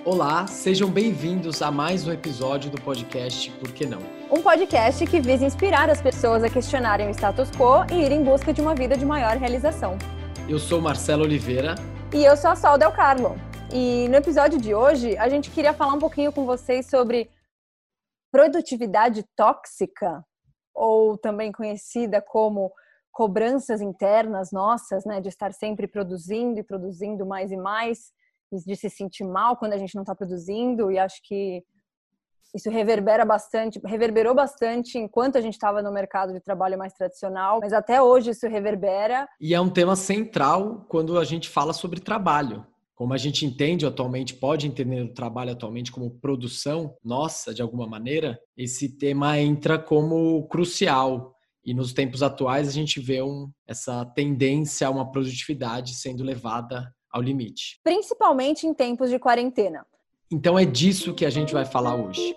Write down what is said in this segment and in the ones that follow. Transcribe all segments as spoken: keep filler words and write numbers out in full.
Olá, sejam bem-vindos a mais um episódio do podcast Por Que Não? Um podcast que visa inspirar as pessoas a questionarem o status quo e ir em busca de uma vida de maior realização. Eu sou Marcelo Oliveira. E eu sou a Sol Del Carlo. E no episódio de hoje, a gente queria falar um pouquinho com vocês sobre produtividade tóxica, ou também conhecida como cobranças internas nossas, né, de estar sempre produzindo e produzindo mais e mais, de se sentir mal quando a gente não está produzindo, e acho que isso reverbera bastante, reverberou bastante enquanto a gente estava no mercado de trabalho mais tradicional, mas até hoje isso reverbera. E é um tema central quando a gente fala sobre trabalho. Como a gente entende atualmente, pode entender o trabalho atualmente como produção nossa, de alguma maneira, esse tema entra como crucial. E nos tempos atuais a gente vê um, essa tendência a uma produtividade sendo levada ao limite. Principalmente em tempos de quarentena. Então é disso que a gente vai falar hoje.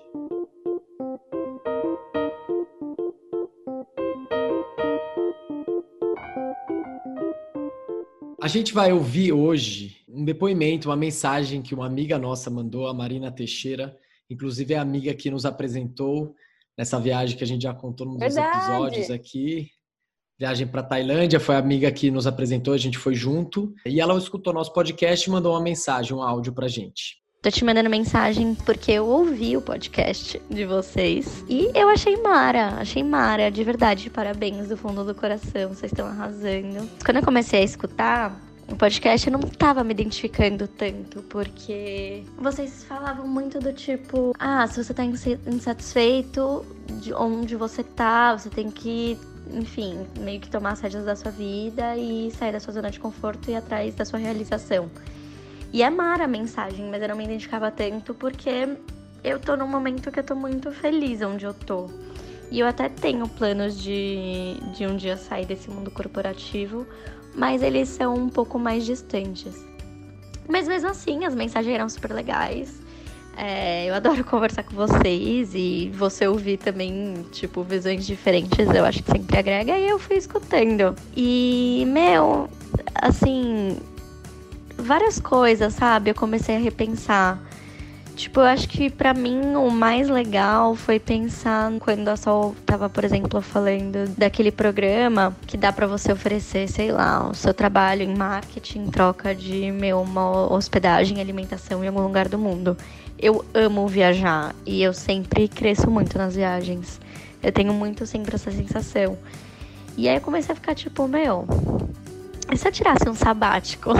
A gente vai ouvir hoje um depoimento, uma mensagem que uma amiga nossa mandou, a Marina Teixeira, inclusive é a amiga que nos apresentou nessa viagem que a gente já contou nos Verdade. episódios aqui. Viagem para Tailândia, foi a amiga que nos apresentou, a gente foi junto. E ela escutou nosso podcast e mandou uma mensagem, um áudio pra gente. Tô te mandando mensagem porque eu ouvi o podcast de vocês e eu achei mara, achei mara, de verdade, parabéns do fundo do coração, vocês estão arrasando. Quando eu comecei a escutar o podcast, eu não tava me identificando tanto, porque vocês falavam muito do tipo, ah, se você tá insatisfeito de onde você tá, você tem que, enfim, meio que tomar as rédeas da sua vida e sair da sua zona de conforto e ir atrás da sua realização. E é mara a mensagem, mas eu não me identificava tanto porque eu tô num momento que eu tô muito feliz onde eu tô. E eu até tenho planos de, de um dia sair desse mundo corporativo, mas eles são um pouco mais distantes. Mas mesmo assim, as mensagens eram super legais. É, eu adoro conversar com vocês e você ouvir também, tipo, visões diferentes, eu acho que sempre agrega, e eu fui escutando. E, meu, assim, várias coisas, sabe? Eu comecei a repensar. Tipo, eu acho que pra mim o mais legal foi pensar quando a Sol tava, por exemplo, falando daquele programa que dá pra você oferecer, sei lá, o seu trabalho em marketing em troca de, meu, uma hospedagem e alimentação em algum lugar do mundo. Eu amo viajar e eu sempre cresço muito nas viagens. Eu tenho muito sempre essa sensação. E aí eu comecei a ficar tipo, meu, e se eu tirasse um sabático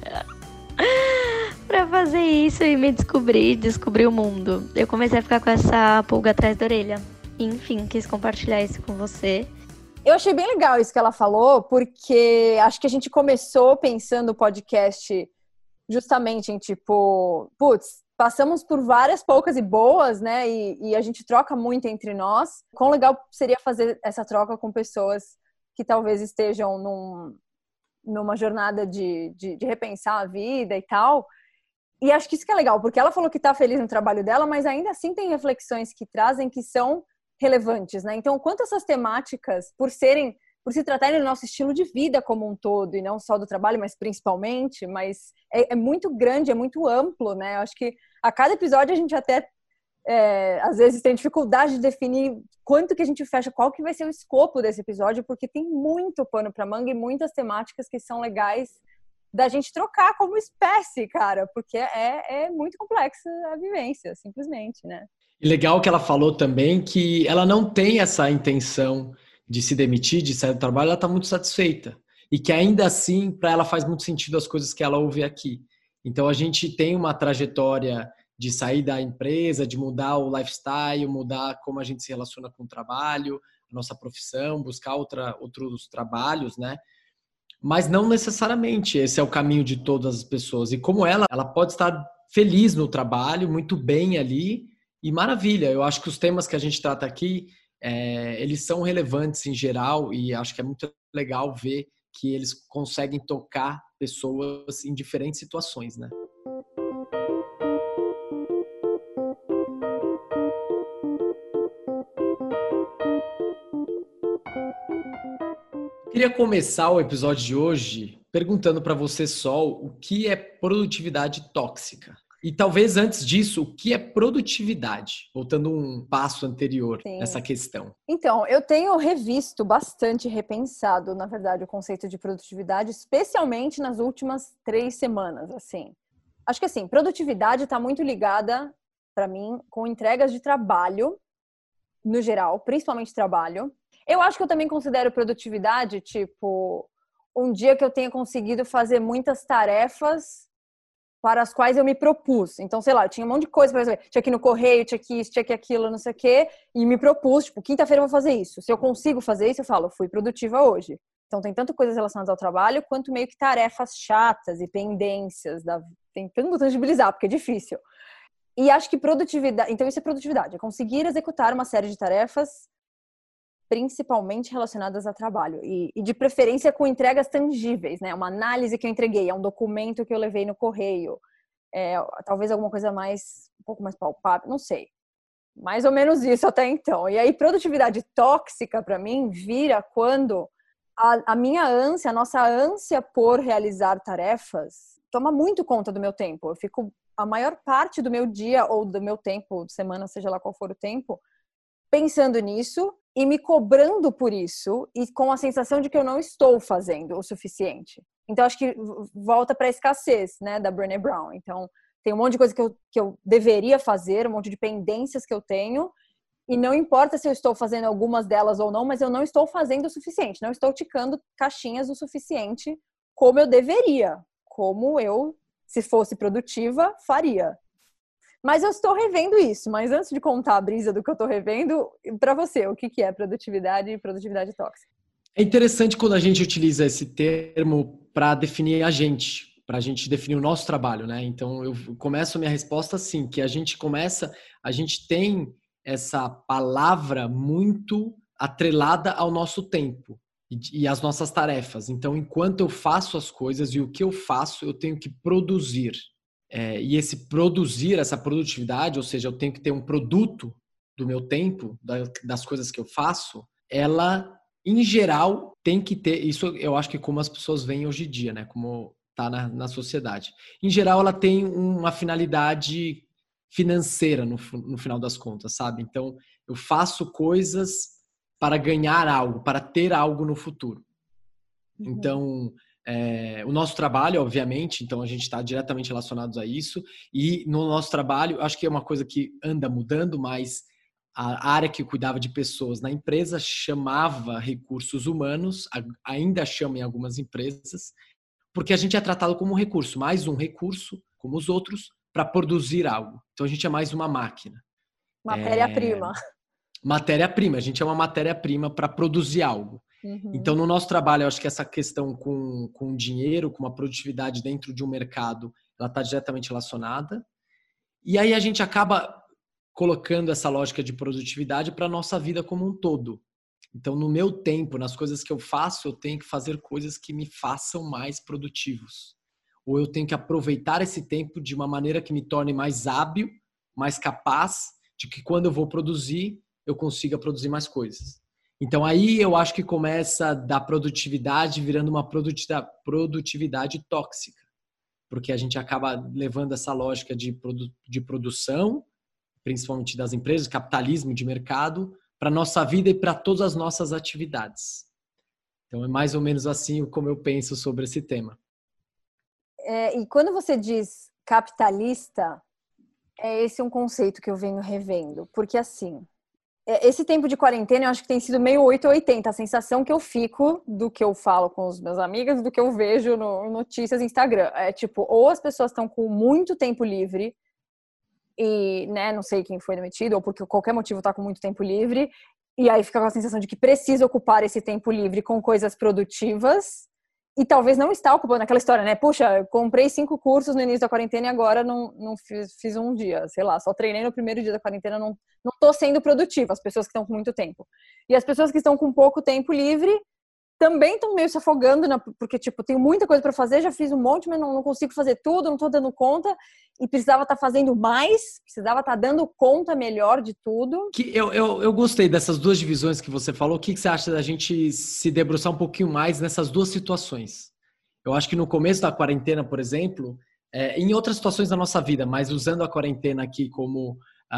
pra fazer isso e me descobrir, descobrir o mundo? Eu comecei a ficar com essa pulga atrás da orelha. Enfim, quis compartilhar isso com você. Eu achei bem legal isso que ela falou, porque acho que a gente começou pensando o podcast justamente em tipo, putz, passamos por várias poucas e boas, né? E, e a gente troca muito entre nós. Quão legal seria fazer essa troca com pessoas que talvez estejam num, numa jornada de, de, de repensar a vida e tal. E acho que isso que é legal, porque ela falou que tá feliz no trabalho dela, mas ainda assim tem reflexões que trazem que são relevantes, né? Então, quanto essas temáticas, por serem, por se tratarem do nosso estilo de vida como um todo, e não só do trabalho, mas principalmente, mas é, é muito grande, é muito amplo, né? Eu acho que a cada episódio a gente até, é, às vezes, tem dificuldade de definir quanto que a gente fecha, qual que vai ser o escopo desse episódio, porque tem muito pano pra manga e muitas temáticas que são legais da gente trocar como espécie, cara, porque é, é muito complexa a vivência, simplesmente, né? E legal que ela falou também que ela não tem essa intenção de se demitir, de sair do trabalho, ela está muito satisfeita. E que ainda assim, para ela faz muito sentido as coisas que ela ouve aqui. Então a gente tem uma trajetória de sair da empresa, de mudar o lifestyle, mudar como a gente se relaciona com o trabalho, a nossa profissão, buscar outra, outros trabalhos, né? Mas não necessariamente esse é o caminho de todas as pessoas. E como ela, ela pode estar feliz no trabalho, muito bem ali, e maravilha. Eu acho que os temas que a gente trata aqui, é, eles são relevantes em geral, e acho que é muito legal ver que eles conseguem tocar pessoas em diferentes situações, né? Queria começar o episódio de hoje perguntando para você, Sol, o que é produtividade tóxica? E talvez antes disso, o que é produtividade? Voltando um passo anterior Sim. nessa questão. Então, eu tenho revisto bastante, repensado, na verdade, o conceito de produtividade, especialmente nas últimas três semanas, assim. Acho que, assim, produtividade está muito ligada, para mim, com entregas de trabalho, no geral, principalmente trabalho. Eu acho que eu também considero produtividade, tipo, um dia que eu tenha conseguido fazer muitas tarefas para as quais eu me propus. Então, sei lá, eu tinha um monte de coisa para fazer. Tinha que ir no correio, tinha que isso, tinha que aquilo, não sei o quê. E me propus, tipo, quinta-feira eu vou fazer isso. Se eu consigo fazer isso, eu falo, fui produtiva hoje. Então, tem tanto coisas relacionadas ao trabalho, quanto meio que tarefas chatas e pendências. Da... Tentando tangibilizar, porque é difícil. E acho que produtividade... Então, isso é produtividade. É conseguir executar uma série de tarefas principalmente relacionadas a trabalho e, e de preferência com entregas tangíveis, né? Uma análise que eu entreguei, é um documento que eu levei no correio, é, talvez alguma coisa mais, um pouco mais palpável, não sei. Mais ou menos isso até então. E aí, produtividade tóxica, para mim, vira quando a, a minha ânsia, a nossa ânsia por realizar tarefas toma muito conta do meu tempo. Eu fico a maior parte do meu dia ou do meu tempo, semana, seja lá qual for o tempo, pensando nisso e me cobrando por isso e com a sensação de que eu não estou fazendo o suficiente. Então, acho que volta para a escassez, né, da Brené Brown. Então, tem um monte de coisa que eu, que eu deveria fazer, um monte de pendências que eu tenho, e não importa se eu estou fazendo algumas delas ou não, mas eu não estou fazendo o suficiente, não estou ticando caixinhas o suficiente como eu deveria, como eu, se fosse produtiva, faria. Mas eu estou revendo isso. Mas antes de contar a brisa do que eu estou revendo, para você, o que é produtividade e produtividade tóxica? É interessante quando a gente utiliza esse termo para definir a gente, para a gente definir o nosso trabalho, né? Então, eu começo a minha resposta assim, que a gente começa, a gente tem essa palavra muito atrelada ao nosso tempo e, e às nossas tarefas. Então, enquanto eu faço as coisas e o que eu faço, eu tenho que produzir. É, e esse produzir, essa produtividade, ou seja, eu tenho que ter um produto do meu tempo, das coisas que eu faço, ela, em geral, tem que ter, isso eu acho que como as pessoas veem hoje em dia, né, como está na, na sociedade. Em geral, ela tem uma finalidade financeira no, no final das contas, sabe? Então, eu faço coisas para ganhar algo, para ter algo no futuro. Uhum. Então... É, o nosso trabalho, obviamente, então a gente está diretamente relacionados a isso, e no nosso trabalho, acho que é uma coisa que anda mudando, mas a área que cuidava de pessoas na empresa chamava recursos humanos, ainda chama em algumas empresas, porque a gente é tratado como um recurso, mais um recurso, como os outros, para produzir algo. Então a gente é mais uma máquina. Matéria-prima. É, matéria-prima, a gente é uma matéria-prima para produzir algo. Uhum. Então, no nosso trabalho, eu acho que essa questão com, com dinheiro, com uma produtividade dentro de um mercado, ela está diretamente relacionada. E aí a gente acaba colocando essa lógica de produtividade para a nossa vida como um todo. Então, no meu tempo, nas coisas que eu faço, eu tenho que fazer coisas que me façam mais produtivos. Ou eu tenho que aproveitar esse tempo de uma maneira que me torne mais hábil, mais capaz, de que quando eu vou produzir, eu consiga produzir mais coisas. Então, aí eu acho que começa da produtividade virando uma produtividade tóxica, porque a gente acaba levando essa lógica de, produ- de produção, principalmente das empresas, capitalismo de mercado, para a nossa vida e para todas as nossas atividades. Então, é mais ou menos assim como eu penso sobre esse tema. É, e quando você diz capitalista, é esse um conceito que eu venho revendo, porque assim... Esse tempo de quarentena eu acho que tem sido meio oito ou oitenta, a sensação que eu fico do que eu falo com os meus amigos, do que eu vejo no notícias no Instagram. É tipo, ou as pessoas estão com muito tempo livre e, né, não sei quem foi demitido, ou porque qualquer motivo tá com muito tempo livre, e aí fica com a sensação de que precisa ocupar esse tempo livre com coisas produtivas, e talvez não está ocupando aquela história, né? Puxa, eu comprei cinco cursos no início da quarentena e agora não, não fiz, fiz um dia, sei lá, só treinei no primeiro dia da quarentena, não, não tô sendo produtiva, as pessoas que estão com muito tempo. E as pessoas que estão com pouco tempo livre também estão meio se afogando, na, porque, tipo, tenho muita coisa para fazer, já fiz um monte, mas não, não consigo fazer tudo, não tô dando conta, e precisava estar tá fazendo mais, precisava estar tá dando conta melhor de tudo. Que eu, eu, eu gostei dessas duas divisões que você falou. O que, que você acha da gente se debruçar um pouquinho mais nessas duas situações? Eu acho que no começo da quarentena, por exemplo, É, em outras situações da nossa vida, mas usando a quarentena aqui como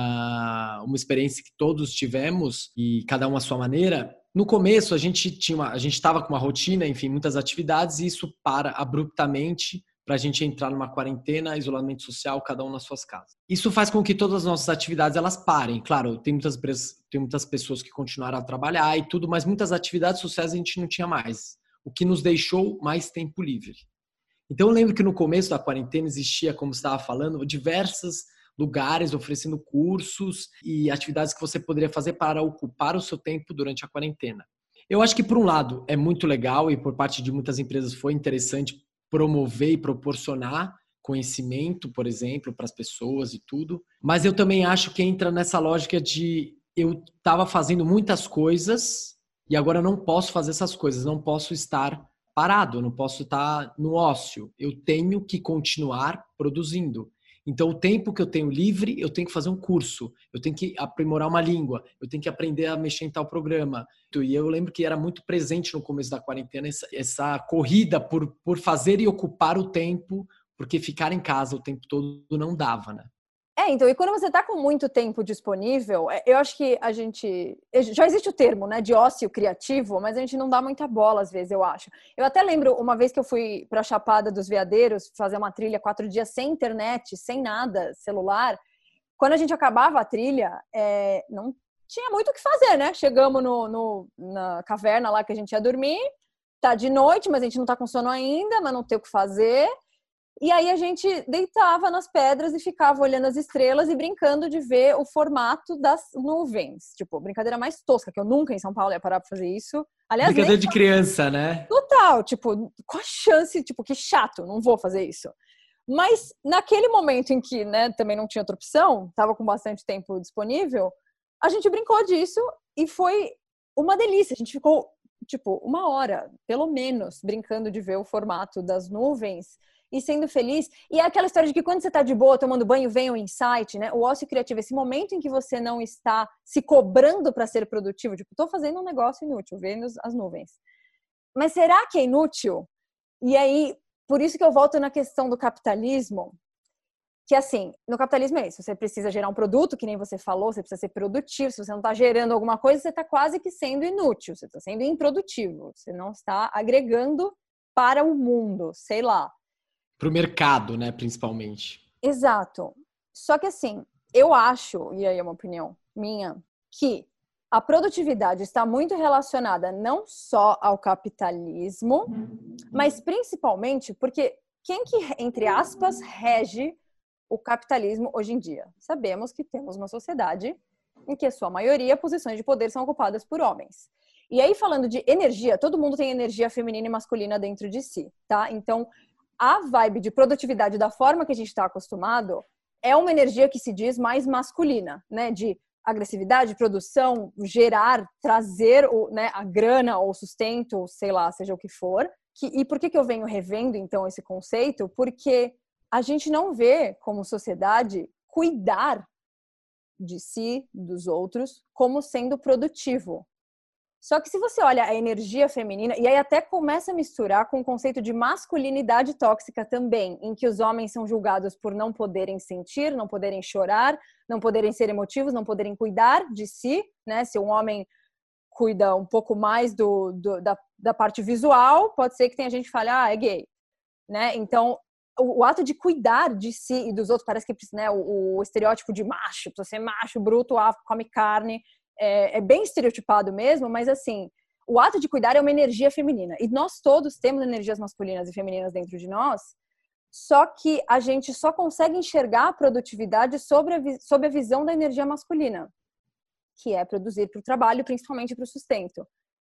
uh, uma experiência que todos tivemos, e cada um à sua maneira, no começo a gente tinha uma, a gente estava com uma rotina, enfim, muitas atividades, e isso para abruptamente para a gente entrar numa quarentena, isolamento social, cada um nas suas casas. Isso faz com que todas as nossas atividades elas parem. Claro, tem muitas, tem muitas pessoas que continuaram a trabalhar e tudo, mas muitas atividades sociais a gente não tinha mais, o que nos deixou mais tempo livre. Então eu lembro que no começo da quarentena existia, como você estava falando, diversos lugares oferecendo cursos e atividades que você poderia fazer para ocupar o seu tempo durante a quarentena. Eu acho que, por um lado, é muito legal e por parte de muitas empresas foi interessante promover e proporcionar conhecimento, por exemplo, para as pessoas e tudo. Mas eu também acho que entra nessa lógica de eu estava fazendo muitas coisas e agora eu não posso fazer essas coisas, não posso estar parado, eu não posso estar no ócio. Eu tenho que continuar produzindo. Então, o tempo que eu tenho livre, eu tenho que fazer um curso, eu tenho que aprimorar uma língua, eu tenho que aprender a mexer em tal programa. E eu lembro que era muito presente no começo da quarentena essa, essa corrida por, por fazer e ocupar o tempo, porque ficar em casa o tempo todo não dava, né? É, então, e quando você está com muito tempo disponível, eu acho que a gente... Já existe o termo, né, de ócio criativo, mas a gente não dá muita bola, às vezes, eu acho. Eu até lembro uma vez que eu fui para a Chapada dos Veadeiros fazer uma trilha quatro dias sem internet, sem nada, celular. Quando a gente acabava a trilha, é, não tinha muito o que fazer, né? Chegamos no, no, na caverna lá que a gente ia dormir, tá de noite, mas a gente não tá com sono ainda, mas não tem o que fazer. E aí a gente deitava nas pedras e ficava olhando as estrelas e brincando de ver o formato das nuvens. Tipo, brincadeira mais tosca, que eu nunca em São Paulo ia parar pra fazer isso. Aliás, brincadeira nem... de criança, né? Total, tipo, qual a chance? Tipo, que chato, não vou fazer isso. Mas naquele momento em que, né, também não tinha outra opção, tava com bastante tempo disponível, a gente brincou disso e foi uma delícia. A gente ficou, tipo, uma hora, pelo menos, brincando de ver o formato das nuvens e sendo feliz. E é aquela história de que quando você tá de boa, tomando banho, vem o insight, né? O ócio criativo, esse momento em que você não está se cobrando para ser produtivo, tipo, tô fazendo um negócio inútil, vendo as nuvens. Mas será que é inútil? E aí, por isso que eu volto na questão do capitalismo, que assim, no capitalismo é isso, você precisa gerar um produto, que nem você falou, você precisa ser produtivo, se você não está gerando alguma coisa, você está quase que sendo inútil, você está sendo improdutivo, você não está agregando para o mundo, sei lá. Para o mercado, né, principalmente. Exato. Só que assim, eu acho, e aí é uma opinião minha, que a produtividade está muito relacionada não só ao capitalismo, mas principalmente porque quem que, entre aspas, rege o capitalismo hoje em dia? Sabemos que temos uma sociedade em que a sua maioria posições de poder são ocupadas por homens. E aí, falando de energia, todo mundo tem energia feminina e masculina dentro de si, tá? Então, a vibe de produtividade da forma que a gente está acostumado é uma energia que se diz mais masculina, né? De agressividade, produção, gerar, trazer o, né, a grana ou sustento, sei lá, seja o que for. Que, e por que, que eu venho revendo, então, esse conceito? Porque a gente não vê, como sociedade, cuidar de si, dos outros, como sendo produtivo. Só que se você olha a energia feminina, e aí até começa a misturar com o conceito de masculinidade tóxica também, em que os homens são julgados por não poderem sentir, não poderem chorar, não poderem ser emotivos, não poderem cuidar de si, né? Se um homem cuida um pouco mais do, do, da, da parte visual, pode ser que tenha gente que fale, ah, é gay, né? Então, o, o ato de cuidar de si e dos outros, parece que, né, o, o estereótipo de macho, precisa ser macho, bruto, ah, come carne, É, é bem estereotipado mesmo, mas assim, o ato de cuidar é uma energia feminina. E nós todos temos energias masculinas e femininas dentro de nós, só que a gente só consegue enxergar a produtividade sobre a, sobre a visão da energia masculina, que é produzir para o trabalho, principalmente para o sustento.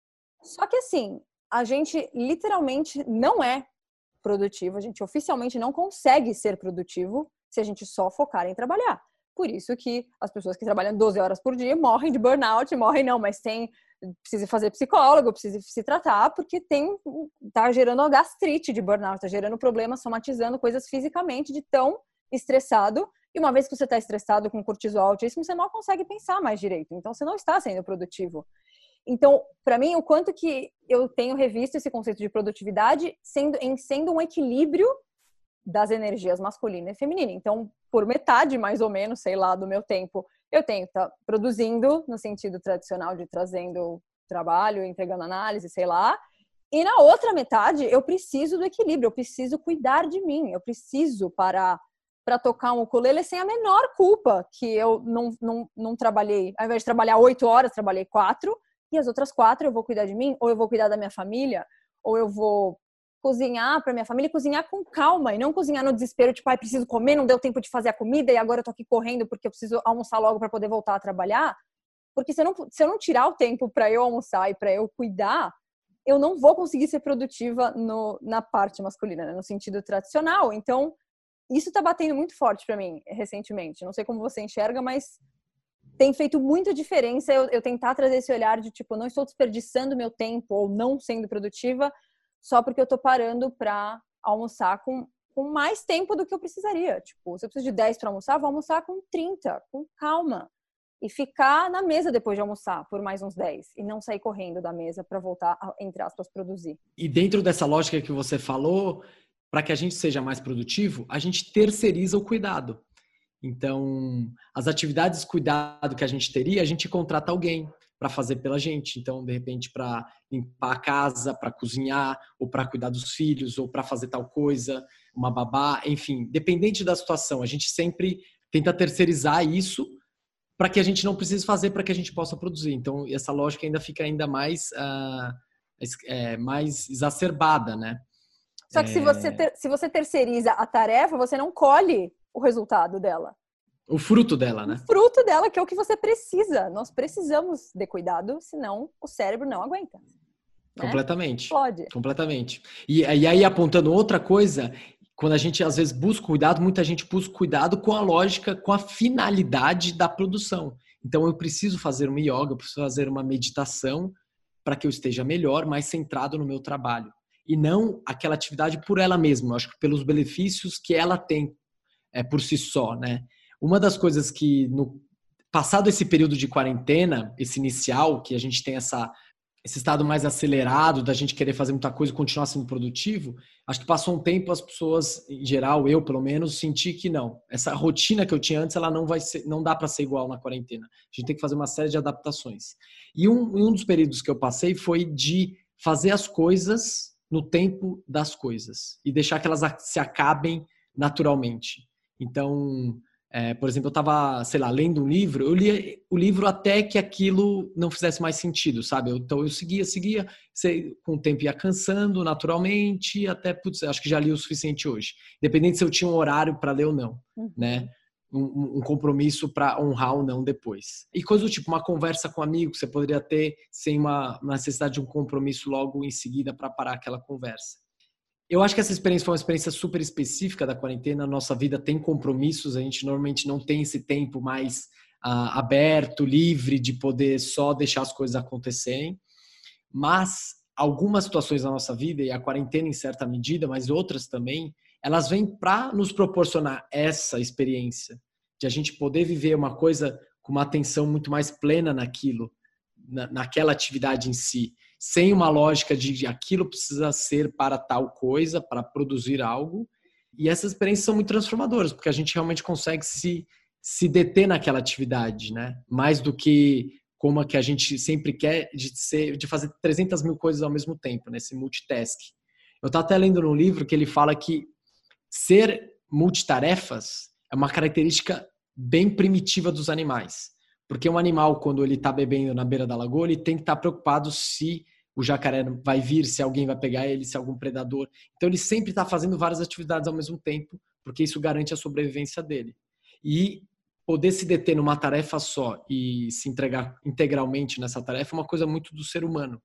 Só que assim, a gente literalmente não é produtivo, a gente oficialmente não consegue ser produtivo se a gente só focar em trabalhar. Por isso que as pessoas que trabalham doze horas por dia morrem de burnout, morrem não, mas tem, precisa fazer psicólogo, precisa se tratar, porque tem, tá gerando gastrite de burnout, tá gerando problemas, somatizando coisas fisicamente de tão estressado. E uma vez que você está estressado com cortisol altíssimo, você não consegue pensar mais direito. Então, você não está sendo produtivo. Então, para mim, o quanto que eu tenho revisto esse conceito de produtividade sendo, em sendo um equilíbrio das energias masculina e feminina. Então, por metade, mais ou menos, sei lá, do meu tempo, eu tenho que estar produzindo, no sentido tradicional de trazendo trabalho, entregando análise, sei lá. E na outra metade, eu preciso do equilíbrio, eu preciso cuidar de mim, eu preciso parar para tocar um ukulele sem a menor culpa que eu não, não, não trabalhei. Ao invés de trabalhar oito horas, trabalhei quatro, e as outras quatro eu vou cuidar de mim, ou eu vou cuidar da minha família, ou eu vou cozinhar para minha família, cozinhar com calma, e não cozinhar no desespero, tipo, ai, preciso comer, não deu tempo de fazer a comida, e agora eu tô aqui correndo porque eu preciso almoçar logo para poder voltar a trabalhar. Porque se eu não, se eu não tirar o tempo para eu almoçar e para eu cuidar, eu não vou conseguir ser produtiva no, na parte masculina, né? No sentido tradicional. Então, isso tá batendo muito forte para mim recentemente. Não sei como você enxerga, mas tem feito muita diferença eu, eu tentar trazer esse olhar de tipo, não estou desperdiçando meu tempo ou não sendo produtiva só porque eu tô parando para almoçar com, com mais tempo do que eu precisaria. Tipo, se eu preciso de dez para almoçar, vou almoçar com trinta, com calma. E ficar na mesa depois de almoçar por mais uns dez. E não sair correndo da mesa para voltar a, entre aspas, produzir. E dentro dessa lógica que você falou, para que a gente seja mais produtivo, a gente terceiriza o cuidado. Então, as atividades de cuidado que a gente teria, a gente contrata alguém para fazer pela gente. Então, de repente, para limpar a casa, para cozinhar, ou para cuidar dos filhos, ou para fazer tal coisa, uma babá, enfim, dependente da situação. A gente sempre tenta terceirizar isso para que a gente não precise fazer, para que a gente possa produzir. Então, essa lógica ainda fica ainda mais, uh, é, mais exacerbada, né? Só que é... se, você ter, se você terceiriza a tarefa, você não colhe o resultado dela. O fruto dela, né? O fruto dela, que é o que você precisa. Nós precisamos de cuidado, senão o cérebro não aguenta. Né? Completamente. Pode. Completamente. E, e aí, apontando outra coisa... Quando a gente, às vezes, busca cuidado, muita gente busca cuidado com a lógica, com a finalidade da produção. Então, eu preciso fazer uma yoga, eu preciso fazer uma meditação para que eu esteja melhor, mais centrado no meu trabalho. E não aquela atividade por ela mesma, eu acho que pelos benefícios que ela tem é, por si só, né? Uma das coisas que, no passado esse período de quarentena, esse inicial, que a gente tem essa... esse estado mais acelerado da gente querer fazer muita coisa e continuar sendo produtivo, acho que passou um tempo as pessoas, em geral, eu pelo menos, senti que não. Essa rotina que eu tinha antes, ela não vai ser, não dá para ser igual na quarentena. A gente tem que fazer uma série de adaptações. E um, um dos períodos que eu passei foi de fazer as coisas no tempo das coisas e deixar que elas se acabem naturalmente. Então... É, por exemplo, eu estava, sei lá, lendo um livro, eu lia o livro até que aquilo não fizesse mais sentido, sabe? Então eu seguia, seguia, sei, com o tempo ia cansando naturalmente, até, putz, acho que já li o suficiente hoje. Independente se eu tinha um horário para ler ou não, uhum. né? Um, um compromisso para honrar ou não depois. E coisa do tipo, uma conversa com um amigo que você poderia ter sem uma, uma necessidade de um compromisso logo em seguida para parar aquela conversa. Eu acho que essa experiência foi uma experiência super específica da quarentena. A nossa vida tem compromissos, a gente normalmente não tem esse tempo mais uh, aberto, livre, de poder só deixar as coisas acontecerem. Mas algumas situações da nossa vida, e a quarentena em certa medida, mas outras também, elas vêm para nos proporcionar essa experiência, de a gente poder viver uma coisa com uma atenção muito mais plena naquilo, na, naquela atividade em si. Sem uma lógica de aquilo precisa ser para tal coisa, para produzir algo. E essas experiências são muito transformadoras, porque a gente realmente consegue se, se deter naquela atividade, né? Mais do que como a que a gente sempre quer de, ser, de fazer trezentas mil coisas ao mesmo tempo, nesse multitask. Eu estava até lendo num livro que ele fala que ser multitarefas é uma característica bem primitiva dos animais. Porque um animal, quando ele está bebendo na beira da lagoa, ele tem que estar preocupado se o jacaré vai vir, se alguém vai pegar ele, se algum predador. Então, ele sempre está fazendo várias atividades ao mesmo tempo, porque isso garante a sobrevivência dele. E poder se deter numa tarefa só e se entregar integralmente nessa tarefa é uma coisa muito do ser humano.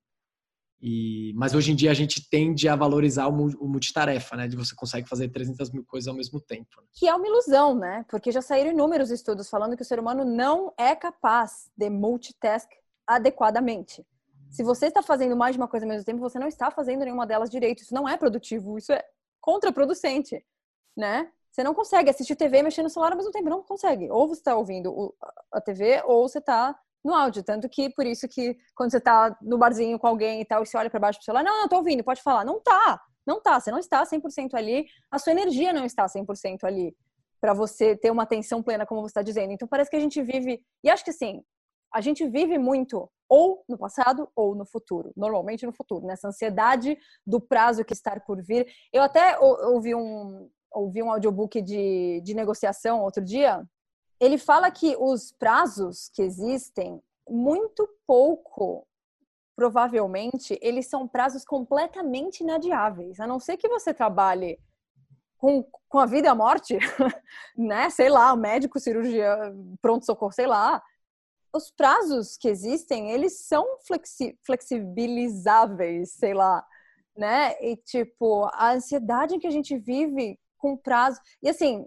E, mas hoje em dia a gente tende a valorizar o, o multitarefa, né? De você consegue fazer trezentas mil coisas ao mesmo tempo. Que é uma ilusão, né? Porque já saíram inúmeros estudos falando que o ser humano não é capaz de multitask adequadamente. Se você está fazendo mais de uma coisa ao mesmo tempo, você não está fazendo nenhuma delas direito. Isso não é produtivo, isso é contraproducente, né? Você não consegue assistir T V e mexer no celular ao mesmo tempo, não consegue. Ou você está ouvindo a T V ou você está no áudio, tanto que por isso que quando você tá no barzinho com alguém e tal, e você olha pra baixo pro celular, não, não, tô ouvindo, pode falar. Não tá, Não tá, você não está cem por cento ali, a sua energia não está cem por cento ali para você ter uma atenção plena, como você está dizendo. Então parece que a gente vive, e acho que assim, a gente vive muito ou no passado ou no futuro, normalmente no futuro, nessa ansiedade do prazo que está por vir. Eu até ouvi um, ouvi um audiobook de, de negociação outro dia, ele fala que os prazos que existem, muito pouco, provavelmente, eles são prazos completamente inadiáveis, a não ser que você trabalhe com, com a vida e a morte, né? Sei lá, médico, cirurgia, pronto-socorro, sei lá. Os prazos que existem, eles são flexi- flexibilizáveis, sei lá, né? E, tipo, a ansiedade que a gente vive com prazo... E, assim,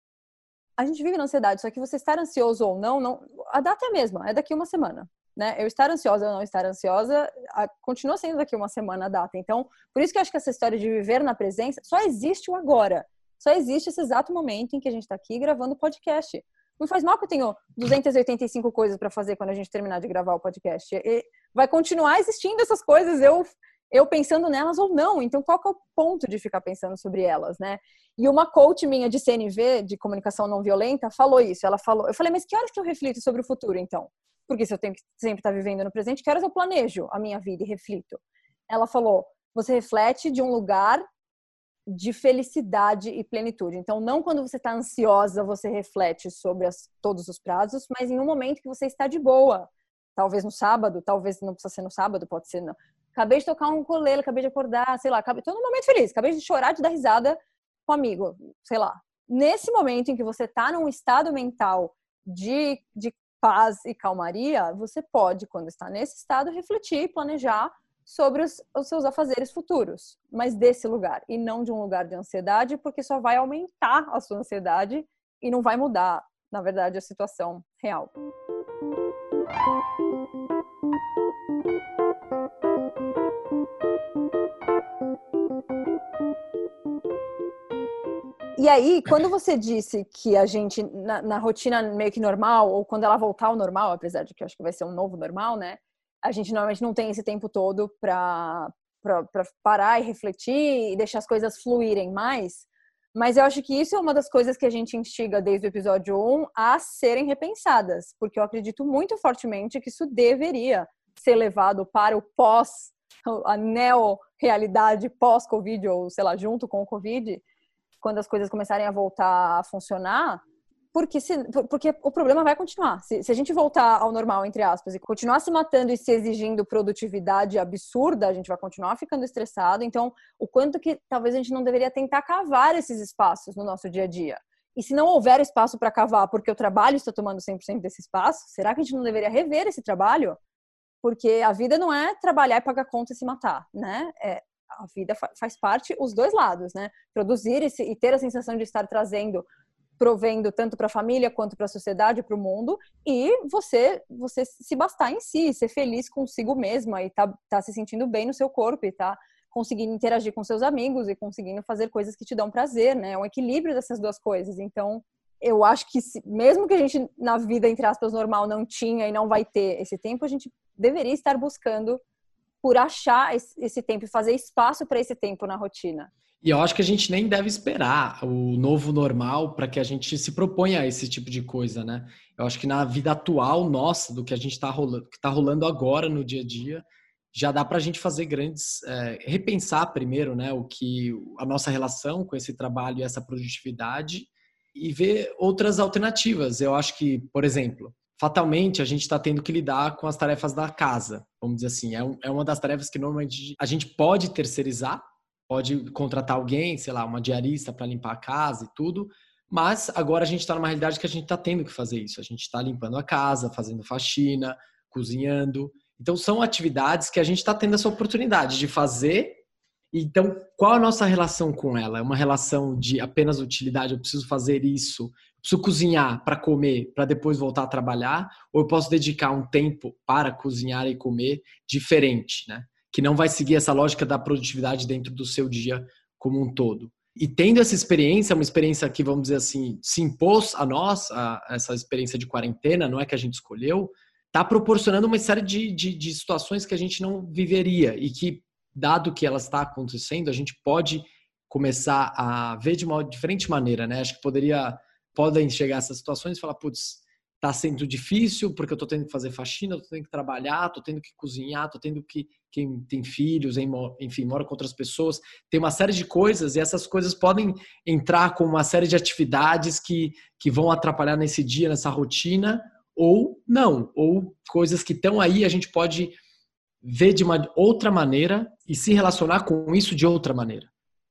a gente vive na ansiedade, só que você estar ansioso ou não, não a data é a mesma, é daqui uma semana, né? Eu estar ansiosa ou não estar ansiosa, a, continua sendo daqui uma semana a data. Então, por isso que eu acho que essa história de viver na presença, só existe o agora. Só existe esse exato momento em que a gente está aqui gravando o podcast. Não faz mal que eu tenho duzentas e oitenta e cinco coisas para fazer quando a gente terminar de gravar o podcast. E vai continuar existindo essas coisas, eu, eu pensando nelas ou não. Então, qual que é o ponto de ficar pensando sobre elas, né? E uma coach minha de C N V, de comunicação não violenta, falou isso. Ela falou, eu falei, mas que horas que eu reflito sobre o futuro, então? Porque se eu tenho que sempre estar vivendo no presente, que horas eu planejo a minha vida e reflito? Ela falou, você reflete de um lugar de felicidade e plenitude. Então, não quando você está ansiosa, você reflete sobre as, todos os prazos, mas em um momento que você está de boa. Talvez no sábado, talvez não precisa ser no sábado, pode ser não. Acabei de tocar um ukulele, acabei de acordar, sei lá, estou num momento feliz, acabei de chorar, de dar risada com um amigo, sei lá. Nesse momento em que você está num estado mental de, de paz e calmaria, você pode, quando está nesse estado, refletir e planejar sobre os, os seus afazeres futuros, mas desse lugar, e não de um lugar de ansiedade, porque só vai aumentar a sua ansiedade e não vai mudar, na verdade, a situação real. E aí, quando você disse que a gente, na, na rotina meio que normal, ou quando ela voltar ao normal, apesar de que eu acho que vai ser um novo normal, né? A gente normalmente não tem esse tempo todo para parar e refletir e deixar as coisas fluírem mais. Mas eu acho que isso é uma das coisas que a gente instiga desde o episódio um a serem repensadas. Porque eu acredito muito fortemente que isso deveria ser levado para o pós, a neo-realidade pós-Covid, ou sei lá, junto com o Covid, quando as coisas começarem a voltar a funcionar. Porque, se, porque o problema vai continuar. Se, se a gente voltar ao normal, entre aspas, e continuar se matando e se exigindo produtividade absurda, a gente vai continuar ficando estressado. Então, o quanto que talvez a gente não deveria tentar cavar esses espaços no nosso dia a dia. E se não houver espaço para cavar porque o trabalho está tomando cem por cento desse espaço, será que a gente não deveria rever esse trabalho? Porque a vida não é trabalhar e pagar conta e se matar, né? É, a vida faz parte os dois lados, né? Produzir e, se, e ter a sensação de estar trazendo, provendo tanto para a família quanto para a sociedade, para o mundo, e você você se bastar em si, ser feliz consigo mesma e tá, tá se sentindo bem no seu corpo e tá conseguindo interagir com seus amigos e conseguindo fazer coisas que te dão prazer, né? É um equilíbrio dessas duas coisas. Então, eu acho que se, mesmo que a gente na vida, entre aspas, normal não tinha e não vai ter esse tempo, a gente deveria estar buscando por achar esse, esse tempo e fazer espaço para esse tempo na rotina. E eu acho que a gente nem deve esperar o novo normal para que a gente se proponha a esse tipo de coisa, né? Eu acho que na vida atual nossa, do que a gente está rolando, que está rolando agora no dia a dia, já dá para a gente fazer grandes, é, repensar primeiro, né, o que a nossa relação com esse trabalho e essa produtividade e ver outras alternativas. Eu acho que, por exemplo, fatalmente a gente está tendo que lidar com as tarefas da casa, vamos dizer assim. É, um, é uma das tarefas que normalmente a gente pode terceirizar, pode contratar alguém, sei lá, uma diarista para limpar a casa e tudo, mas agora a gente está numa realidade que a gente está tendo que fazer isso. A gente está limpando a casa, fazendo faxina, cozinhando. Então, são atividades que a gente está tendo essa oportunidade de fazer. Então, qual a nossa relação com ela? É uma relação de apenas utilidade, eu preciso fazer isso, eu preciso cozinhar para comer, para depois voltar a trabalhar, ou eu posso dedicar um tempo para cozinhar e comer diferente, né? Que não vai seguir essa lógica da produtividade dentro do seu dia como um todo. E tendo essa experiência, uma experiência que, vamos dizer assim, se impôs a nós, a, essa experiência de quarentena, não é que a gente escolheu, está proporcionando uma série de, de, de situações que a gente não viveria e que dado que ela está acontecendo, a gente pode começar a ver de uma diferente maneira, né? Acho que poderia, podem chegar a essas situações e falar, putz, tá sendo difícil porque eu tô tendo que fazer faxina, eu tô tendo que trabalhar, tô tendo que cozinhar, tô tendo que, quem tem filhos, enfim, mora com outras pessoas, tem uma série de coisas e essas coisas podem entrar com uma série de atividades que, que vão atrapalhar nesse dia, nessa rotina, ou não, ou coisas que estão aí, a gente pode ver de uma outra maneira e se relacionar com isso de outra maneira.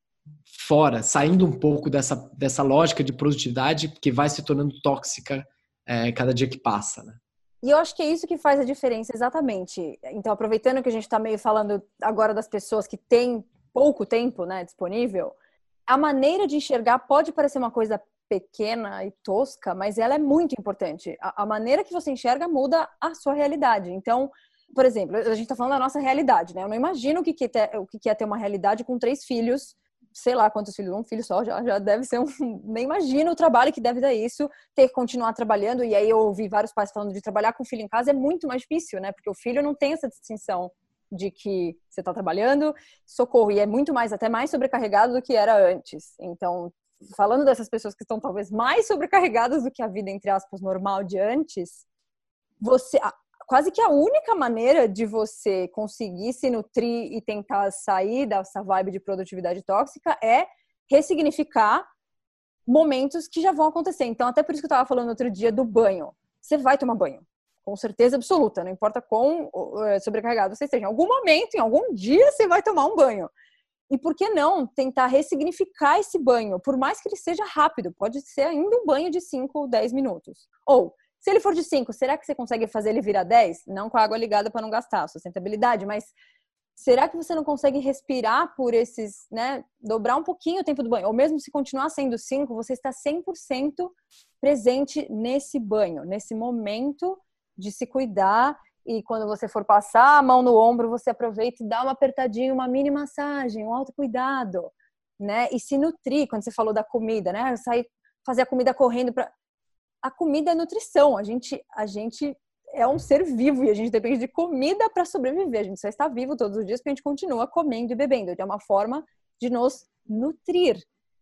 Fora, saindo um pouco dessa, dessa lógica de produtividade que vai se tornando tóxica é, cada dia que passa, né? E eu acho que é isso que faz a diferença, exatamente. Então, aproveitando que a gente está meio falando agora das pessoas que têm pouco tempo, né, disponível, a maneira de enxergar pode parecer uma coisa pequena e tosca, mas ela é muito importante. A, a maneira que você enxerga muda a sua realidade. Então, por exemplo, a gente está falando da nossa realidade, né? Eu não imagino o que, que, é, o que é ter uma realidade com três filhos, sei lá quantos filhos, um filho só, já, já deve ser um... Nem imagino o trabalho que deve dar isso, ter que continuar trabalhando, e aí eu ouvi vários pais falando de trabalhar com o filho em casa é muito mais difícil, né? Porque o filho não tem essa distinção de que você está trabalhando, socorro, e é muito mais, até mais sobrecarregado do que era antes. Então, falando dessas pessoas que estão talvez mais sobrecarregadas do que a vida, entre aspas, normal de antes, você... Quase que a única maneira de você conseguir se nutrir e tentar sair dessa vibe de produtividade tóxica é ressignificar momentos que já vão acontecer. Então, até por isso que eu estava falando outro dia do banho. Você vai tomar banho, com certeza absoluta, não importa quão sobrecarregado você esteja. Em algum momento, em algum dia, você vai tomar um banho. E por que não tentar ressignificar esse banho? Por mais que ele seja rápido, pode ser ainda um banho de cinco ou dez minutos. Ou... se ele for de cinco, será que você consegue fazer ele virar dez? Não com a água ligada para não gastar, sustentabilidade, mas será que você não consegue respirar por esses, né, dobrar um pouquinho o tempo do banho? Ou mesmo se continuar sendo cinco, você está cem por cento presente nesse banho, nesse momento de se cuidar, e quando você for passar a mão no ombro, você aproveita e dá uma apertadinha, uma mini massagem, um autocuidado, né? E se nutrir, quando você falou da comida, né? Sair, fazer a comida correndo para... A comida é nutrição, a gente, a gente é um ser vivo e a gente depende de comida para sobreviver. A gente só está vivo todos os dias porque a gente continua comendo e bebendo. É uma forma de nos nutrir.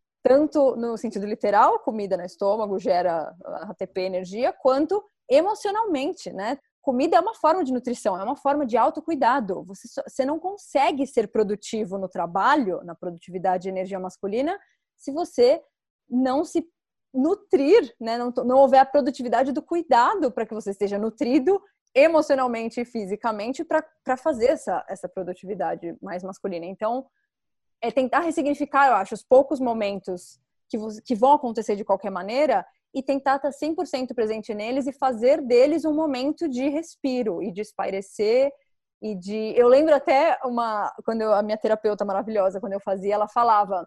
Tanto no sentido literal, comida no estômago gera A T P, energia, quanto emocionalmente, né? Comida é uma forma de nutrição, é uma forma de autocuidado. Você, só, você não consegue ser produtivo no trabalho, na produtividade de energia masculina, se você não se nutrir, né? Não, não houver a produtividade do cuidado para que você esteja nutrido emocionalmente e fisicamente para fazer essa, essa produtividade mais masculina. Então, é tentar ressignificar, eu acho, os poucos momentos que, que vão acontecer de qualquer maneira e tentar estar cem por cento presente neles e fazer deles um momento de respiro e de espairecer e de... Eu lembro até uma... Quando eu, a minha terapeuta maravilhosa, quando eu fazia, ela falava...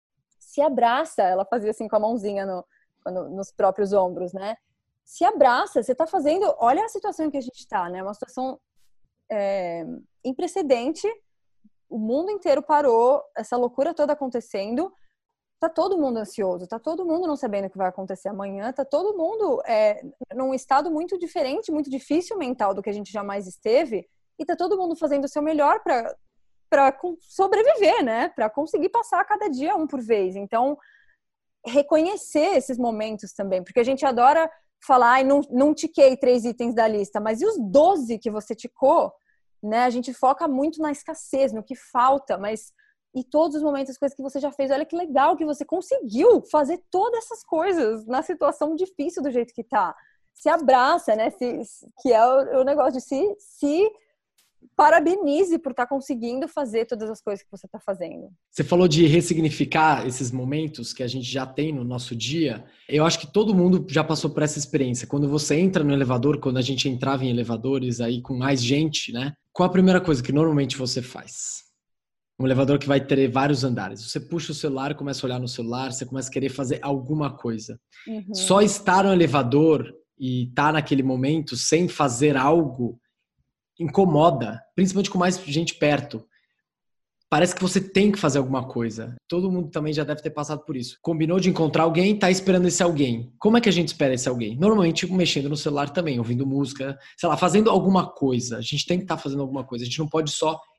Se abraça, ela fazia assim com a mãozinha no, no, nos próprios ombros, né? Se abraça, você tá fazendo... Olha a situação em que a gente tá, né? Uma situação é, sem precedente. O mundo inteiro parou, essa loucura toda acontecendo. Tá todo mundo ansioso, tá todo mundo não sabendo o que vai acontecer amanhã, tá todo mundo é, num estado muito diferente, muito difícil mental do que a gente jamais esteve. E tá todo mundo fazendo o seu melhor para... para sobreviver, né? Para conseguir passar cada dia um por vez. Então, reconhecer esses momentos também, porque a gente adora falar, ai, não, não tiquei três itens da lista, mas e os doze que você ticou, né? A gente foca muito na escassez, no que falta, mas e todos os momentos, as coisas que você já fez, olha que legal que você conseguiu fazer todas essas coisas na situação difícil do jeito que tá. Se abraça, né? Se, que é o, o negócio de se... se parabenize por estar conseguindo fazer todas as coisas que você está fazendo. Você falou de ressignificar esses momentos que a gente já tem no nosso dia. Eu acho que todo mundo já passou por essa experiência. Quando você entra no elevador, quando a gente entrava em elevadores aí com mais gente, né? Qual a primeira coisa que normalmente você faz? Um elevador que vai ter vários andares. Você puxa o celular, começa a olhar no celular, você começa a querer fazer alguma coisa. Uhum. Só estar no elevador e estar naquele momento sem fazer algo incomoda, principalmente com mais gente perto. Parece que você tem que fazer alguma coisa. Todo mundo também já deve ter passado por isso. Combinou de encontrar alguém, tá esperando esse alguém. Como é que a gente espera esse alguém? Normalmente mexendo no celular também, ouvindo música, sei lá, fazendo alguma coisa. A gente tem que estar fazendo alguma coisa. A gente não pode só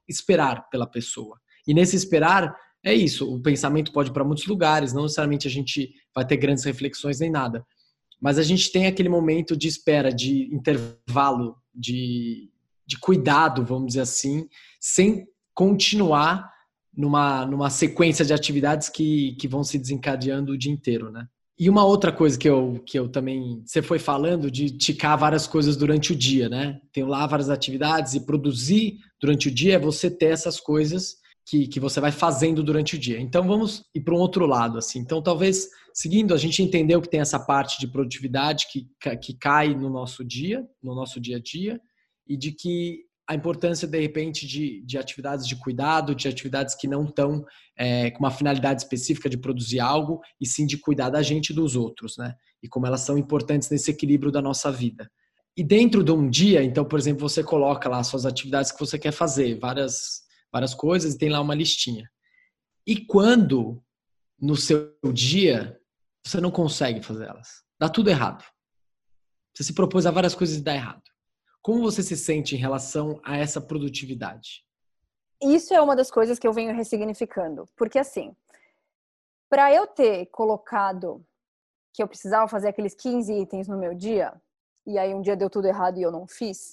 esperar pela pessoa. E nesse esperar, é isso, o pensamento pode ir para muitos lugares, não necessariamente a gente vai ter grandes reflexões nem nada. Mas a gente tem aquele momento de espera, de intervalo, de, de cuidado, vamos dizer assim, sem continuar numa, numa sequência de atividades que, que vão se desencadeando o dia inteiro, né? E uma outra coisa que eu, que eu também... Você foi falando de ticar várias coisas durante o dia, né? Tem lá várias atividades e produzir durante o dia é você ter essas coisas que, que você vai fazendo durante o dia. Então vamos ir para um outro lado, assim. Então talvez... Seguindo, a gente entendeu que tem essa parte de produtividade que, que cai no nosso dia, no nosso dia a dia, e de que a importância, de repente, de, de atividades de cuidado, de atividades que não estão é, com uma finalidade específica de produzir algo, e sim de cuidar da gente e dos outros, né? E como elas são importantes nesse equilíbrio da nossa vida. E dentro de um dia, então, por exemplo, você coloca lá as suas atividades que você quer fazer, várias, várias coisas, e tem lá uma listinha. E quando, no seu dia... você não consegue fazer elas. Dá tudo errado. Você se propôs a várias coisas e dá errado. Como você se sente em relação a essa produtividade? Isso é uma das coisas que eu venho ressignificando. Porque assim, para eu ter colocado que eu precisava fazer aqueles quinze itens no meu dia, e aí um dia deu tudo errado e eu não fiz,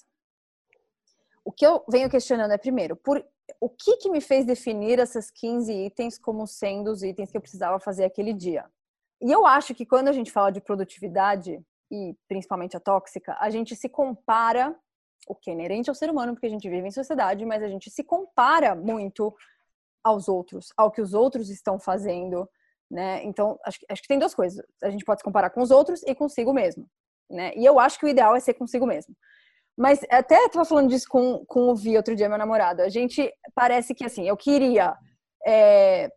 o que eu venho questionando é, primeiro, por, o que, que me fez definir esses quinze itens como sendo os itens que eu precisava fazer aquele dia? E eu acho que quando a gente fala de produtividade, e principalmente a tóxica, a gente se compara, o que é inerente ao ser humano, porque a gente vive em sociedade, mas a gente se compara muito aos outros, ao que os outros estão fazendo, né? Então, acho, acho que tem duas coisas. A gente pode se comparar com os outros e consigo mesmo, né? E eu acho que o ideal é ser consigo mesmo. Mas até eu tava falando disso com, com o Vi outro dia, meu namorado. A gente parece que, assim, eu queria... É,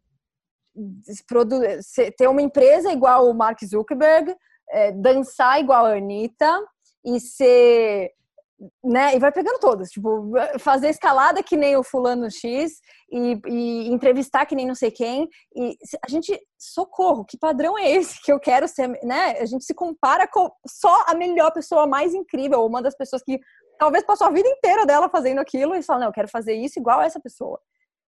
ter uma empresa igual o Mark Zuckerberg, é, dançar igual a Anitta e ser, né, e vai pegando todas, tipo, fazer escalada que nem o fulano X e, e entrevistar que nem não sei quem, e a gente, socorro, que padrão é esse que eu quero ser, né? A gente se compara com só a melhor pessoa, mais incrível, uma das pessoas que talvez passou a vida inteira dela fazendo aquilo e fala, não, eu quero fazer isso igual a essa pessoa.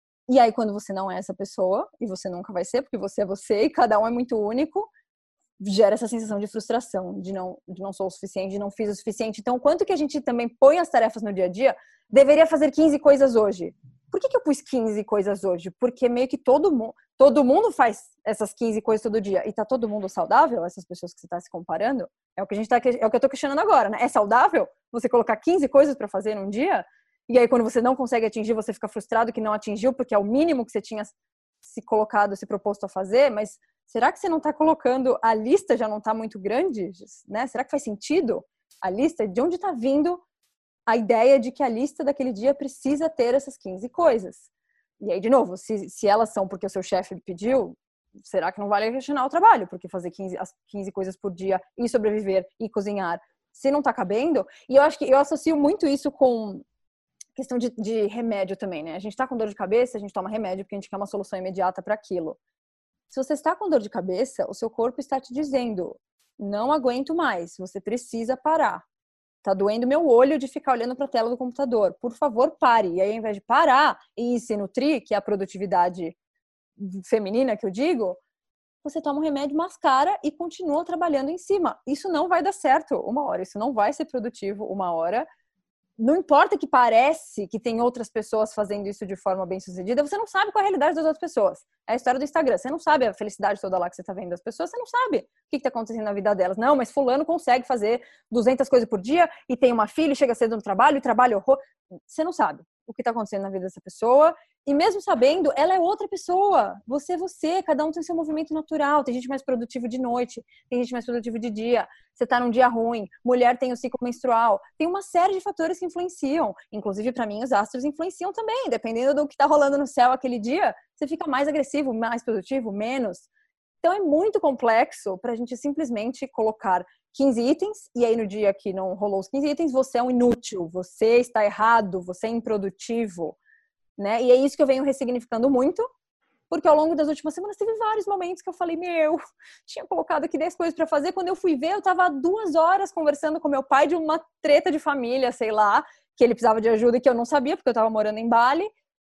E aí, quando você não é essa pessoa, e você nunca vai ser, porque você é você, e cada um é muito único, gera essa sensação de frustração, de não, de não sou o suficiente, de não fiz o suficiente. Então, quanto que a gente também põe as tarefas no dia a dia, deveria fazer quinze coisas hoje. Por que que eu pus quinze coisas hoje? Porque meio que todo mundo, todo mundo faz essas quinze coisas todo dia. E tá todo mundo saudável? Essas pessoas que você tá se comparando? É o que a gente tá, é o que eu tô questionando agora, né? É saudável você colocar quinze coisas para fazer num dia? E aí, quando você não consegue atingir, você fica frustrado que não atingiu, porque é o mínimo que você tinha se colocado, se proposto a fazer. Mas será que você não está colocando... A lista já não está muito grande? Né? Será que faz sentido a lista? De onde está vindo a ideia de que a lista daquele dia precisa ter essas quinze coisas? E aí, de novo, se, se elas são porque o seu chefe pediu, será que não vale questionar o trabalho? Porque fazer quinze, as quinze coisas por dia e sobreviver e cozinhar, se não está cabendo... E eu acho que eu associo muito isso com... questão de, de remédio também, né? A gente tá com dor de cabeça, a gente toma remédio porque a gente quer uma solução imediata para aquilo. Se você está com dor de cabeça, o seu corpo está te dizendo, não aguento mais, você precisa parar. Tá doendo meu olho de ficar olhando para a tela do computador. Por favor, pare. E aí, ao invés de parar e se nutrir, que é a produtividade feminina que eu digo, você toma um remédio, mascara e continua trabalhando em cima. Isso não vai dar certo uma hora, isso não vai ser produtivo uma hora. Não importa que parece que tem outras pessoas fazendo isso de forma bem sucedida, você não sabe qual é a realidade das outras pessoas. É a história do Instagram. Você não sabe a felicidade toda lá que você está vendo das pessoas, você não sabe o que está acontecendo na vida delas. Não, mas fulano consegue fazer duzentas coisas por dia e tem uma filha e chega cedo no trabalho e trabalha horror. Você não sabe o que está acontecendo na vida dessa pessoa. E mesmo sabendo, ela é outra pessoa. Você é você, cada um tem seu movimento natural. Tem gente mais produtiva de noite, tem gente mais produtiva de dia. Você está num dia ruim, mulher tem o ciclo menstrual. Tem uma série de fatores que influenciam. Inclusive, para mim, os astros influenciam também. Dependendo do que está rolando no céu aquele dia, você fica mais agressivo, mais produtivo, menos. Então, é muito complexo para a gente simplesmente colocar quinze itens, e aí no dia que não rolou os quinze itens, você é um inútil, você está errado, você é improdutivo, né? E é isso que eu venho ressignificando muito, porque ao longo das últimas semanas teve vários momentos que eu falei, meu, tinha colocado aqui dez coisas para fazer, quando eu fui ver, eu tava duas horas conversando com meu pai de uma treta de família, sei lá, que ele precisava de ajuda e que eu não sabia, porque eu tava morando em Bali,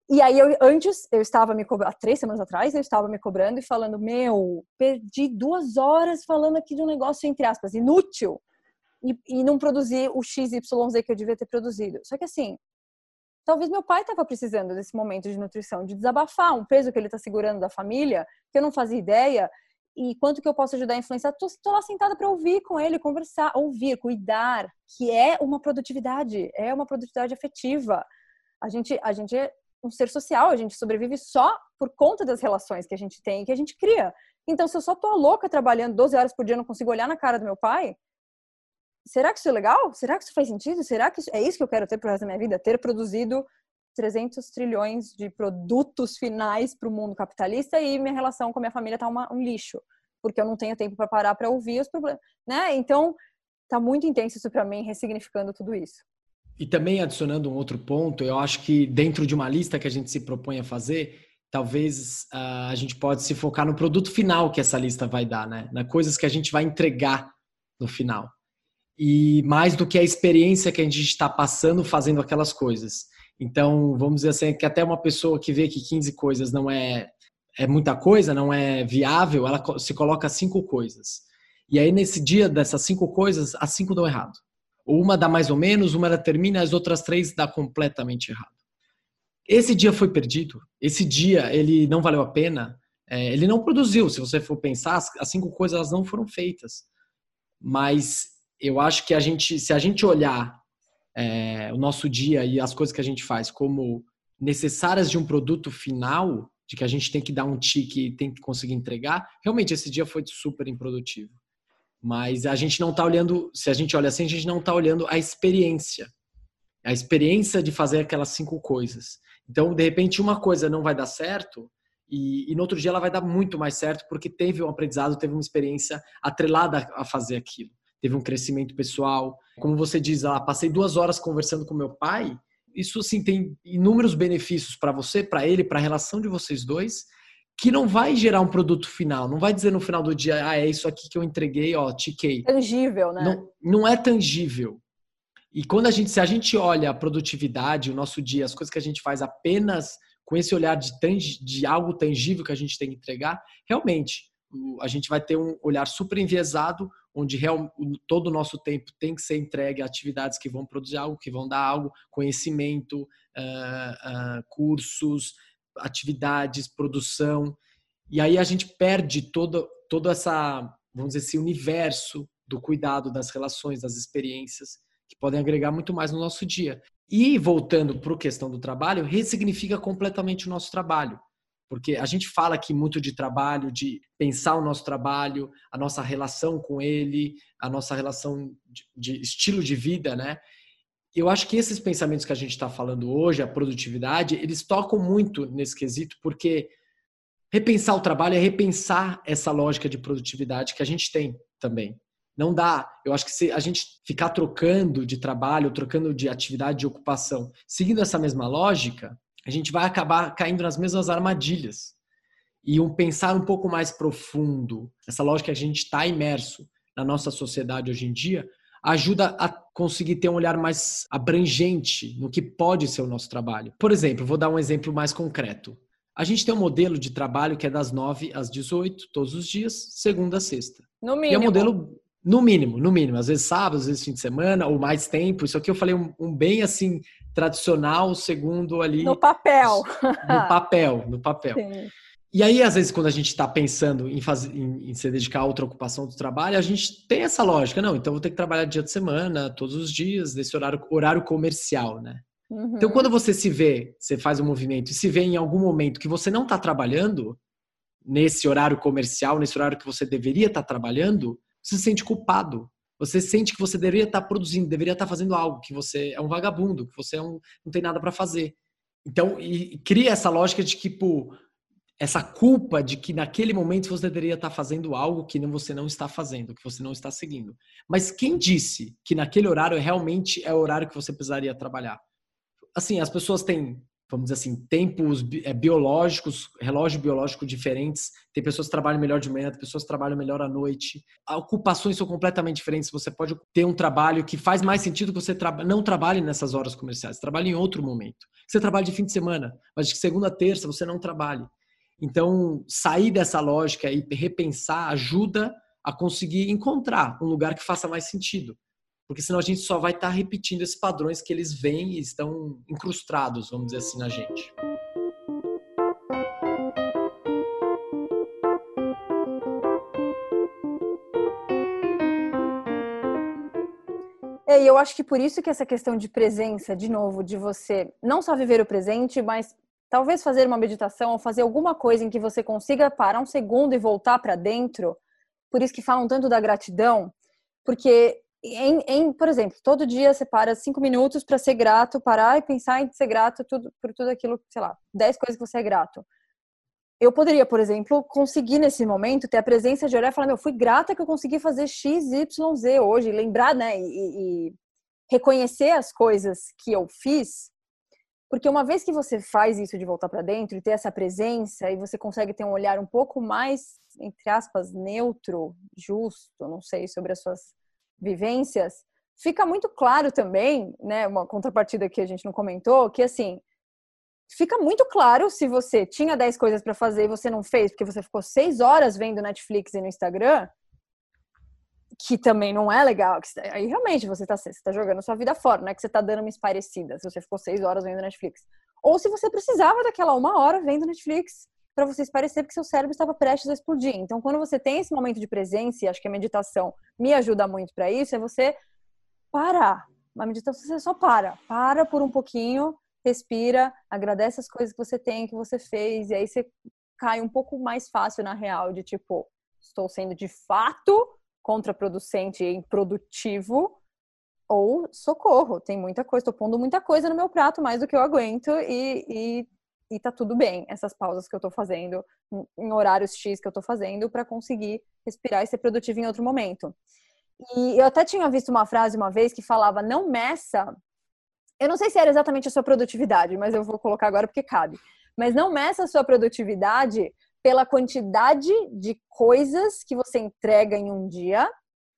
E aí, eu, antes, eu estava me cobrando, há três semanas atrás, eu estava me cobrando e falando, meu, perdi duas horas falando aqui de um negócio, entre aspas, inútil, e, e não produzi o X Y Z que eu devia ter produzido. Só que assim, talvez meu pai estava precisando desse momento de nutrição, de desabafar um peso que ele está segurando da família, que eu não fazia ideia, e quanto que eu posso ajudar a influenciar. Tô, tô lá sentada para ouvir com ele, conversar, ouvir, cuidar, que é uma produtividade, é uma produtividade afetiva. A gente, a gente é um ser social, a gente sobrevive só por conta das relações que a gente tem, que a gente cria. Então, se eu só tô louca trabalhando doze horas por dia, não consigo olhar na cara do meu pai, será que isso é legal? Será que isso faz sentido? Será que isso, é isso que eu quero ter pro resto da minha vida? Ter produzido trezentos trilhões de produtos finais para o mundo capitalista e minha relação com a minha família tá uma, um lixo, porque eu não tenho tempo para parar para ouvir os problemas, né? Então, tá muito intenso isso para mim, ressignificando tudo isso. E também adicionando um outro ponto, eu acho que dentro de uma lista que a gente se propõe a fazer, talvez uh, a gente pode se focar no produto final que essa lista vai dar, né? Na coisas que a gente vai entregar no final. E mais do que a experiência que a gente está passando fazendo aquelas coisas. Então, vamos dizer assim, que até uma pessoa que vê que quinze coisas não é, é muita coisa, não é viável, ela se coloca cinco coisas. E aí, nesse dia dessas cinco coisas, as cinco dão errado. Ou uma dá mais ou menos, uma ela termina, as outras três dá completamente errado. Esse dia foi perdido. Esse dia, ele não valeu a pena. É, ele não produziu. Se você for pensar, as cinco coisas elas não foram feitas. Mas eu acho que a gente, se a gente olhar é, o nosso dia e as coisas que a gente faz como necessárias de um produto final, de que a gente tem que dar um tique e tem que conseguir entregar, realmente esse dia foi super improdutivo. Mas a gente não está olhando, se a gente olha assim, a gente não está olhando a experiência. A experiência de fazer aquelas cinco coisas. Então, de repente, uma coisa não vai dar certo e, e no outro dia ela vai dar muito mais certo porque teve um aprendizado, teve uma experiência atrelada a fazer aquilo. Teve um crescimento pessoal. Como você diz, ah, passei duas horas conversando com meu pai. Isso, assim, tem inúmeros benefícios para você, para ele, para a relação de vocês dois, que não vai gerar um produto final. Não vai dizer no final do dia, ah, é isso aqui que eu entreguei, ó, tiquei. Tangível, né? Não, não é tangível. E quando a gente, se a gente olha a produtividade, o nosso dia, as coisas que a gente faz apenas com esse olhar de, tangi, de algo tangível que a gente tem que entregar, realmente, a gente vai ter um olhar super enviesado, onde real, todo o nosso tempo tem que ser entregue a atividades que vão produzir algo, que vão dar algo, conhecimento, uh, uh, cursos, atividades, produção. E aí a gente perde todo, todo essa, vamos dizer, esse universo do cuidado, das relações, das experiências, que podem agregar muito mais no nosso dia. E voltando para a questão do trabalho, ressignifica completamente o nosso trabalho. Porque a gente fala aqui muito de trabalho, de pensar o nosso trabalho, a nossa relação com ele, a nossa relação de, de estilo de vida, né? Eu acho que esses pensamentos que a gente está falando hoje, a produtividade, eles tocam muito nesse quesito, porque repensar o trabalho é repensar essa lógica de produtividade que a gente tem também. Não dá. Eu acho que se a gente ficar trocando de trabalho, trocando de atividade, de ocupação, seguindo essa mesma lógica, a gente vai acabar caindo nas mesmas armadilhas. E um pensar um pouco mais profundo, essa lógica que a gente está imerso na nossa sociedade hoje em dia, ajuda a conseguir ter um olhar mais abrangente no que pode ser o nosso trabalho. Por exemplo, vou dar um exemplo mais concreto. A gente tem um modelo de trabalho que é das nove às dezoito, todos os dias, segunda a sexta. No mínimo. E é um modelo, no mínimo, no mínimo. Às vezes sábado, às vezes fim de semana, ou mais tempo. Isso aqui eu falei um, um bem assim, tradicional, segundo ali... No papel. No papel, no papel. Sim. E aí, às vezes, quando a gente está pensando em, fazer, em, em se dedicar a outra ocupação do trabalho, a gente tem essa lógica. Não, então vou ter que trabalhar dia de semana, todos os dias, nesse horário, horário comercial, né? Uhum. Então, quando você se vê, você faz um movimento e se vê em algum momento que você não está trabalhando nesse horário comercial, nesse horário que você deveria estar trabalhando, você se sente culpado. Você sente que você deveria estar produzindo, deveria estar fazendo algo, que você é um vagabundo, que você é um, não tem nada para fazer. Então, e, e cria essa lógica de que, pô, essa culpa de que naquele momento você deveria estar fazendo algo que você não está fazendo, que você não está seguindo. Mas quem disse que naquele horário realmente é o horário que você precisaria trabalhar? Assim, as pessoas têm vamos dizer assim, tempos biológicos, relógio biológico diferentes. Tem pessoas que trabalham melhor de manhã, tem pessoas que trabalham melhor à noite. Ocupações são completamente diferentes. Você pode ter um trabalho que faz mais sentido que você tra- não trabalhe nessas horas comerciais. Trabalhe em outro momento. Você trabalhe de fim de semana, mas de segunda a terça você não trabalhe. Então, sair dessa lógica e repensar ajuda a conseguir encontrar um lugar que faça mais sentido. Porque senão a gente só vai estar repetindo esses padrões que eles vêm e estão incrustados, vamos dizer assim, na gente. É, e eu acho que por isso que essa questão de presença, de novo, de você não só viver o presente, mas talvez fazer uma meditação ou fazer alguma coisa em que você consiga parar um segundo e voltar para dentro. Por isso que falam tanto da gratidão, porque Em, em, por exemplo, todo dia você para cinco minutos para ser grato, parar e pensar em ser grato tudo, por tudo aquilo, sei lá, dez coisas que você é grato. Eu poderia, por exemplo, conseguir nesse momento ter a presença de olhar e falar, meu, fui grata que eu consegui fazer X, Y, Z hoje, lembrar, né, e, e reconhecer as coisas que eu fiz, porque uma vez que você faz isso de voltar para dentro e ter essa presença e você consegue ter um olhar um pouco mais, entre aspas, neutro, justo, não sei, sobre as suas vivências, fica muito claro também, né, uma contrapartida que a gente não comentou, que assim, fica muito claro se você tinha dez coisas para fazer e você não fez, porque você ficou seis horas vendo Netflix e no Instagram, que também não é legal, que aí realmente você está você tá jogando sua vida fora, não é que você está dando uma esparecida, se você ficou seis horas vendo Netflix. Ou se você precisava daquela uma hora vendo Netflix para você esparecer, porque seu cérebro estava prestes a explodir. Então, quando você tem esse momento de presença, e acho que a meditação me ajuda muito para isso, é você parar. A meditação você só para. Para por um pouquinho, respira, agradece as coisas que você tem, que você fez, e aí você cai um pouco mais fácil na real, de tipo, estou sendo de fato contraproducente e improdutivo, ou socorro, tem muita coisa, estou pondo muita coisa no meu prato, mais do que eu aguento, e... e E tá tudo bem, essas pausas que eu tô fazendo, em horários X que eu tô fazendo, para conseguir respirar e ser produtiva em outro momento. E eu até tinha visto uma frase uma vez que falava, não meça, eu não sei se era exatamente a sua produtividade, mas eu vou colocar agora porque cabe, mas não meça a sua produtividade pela quantidade de coisas que você entrega em um dia,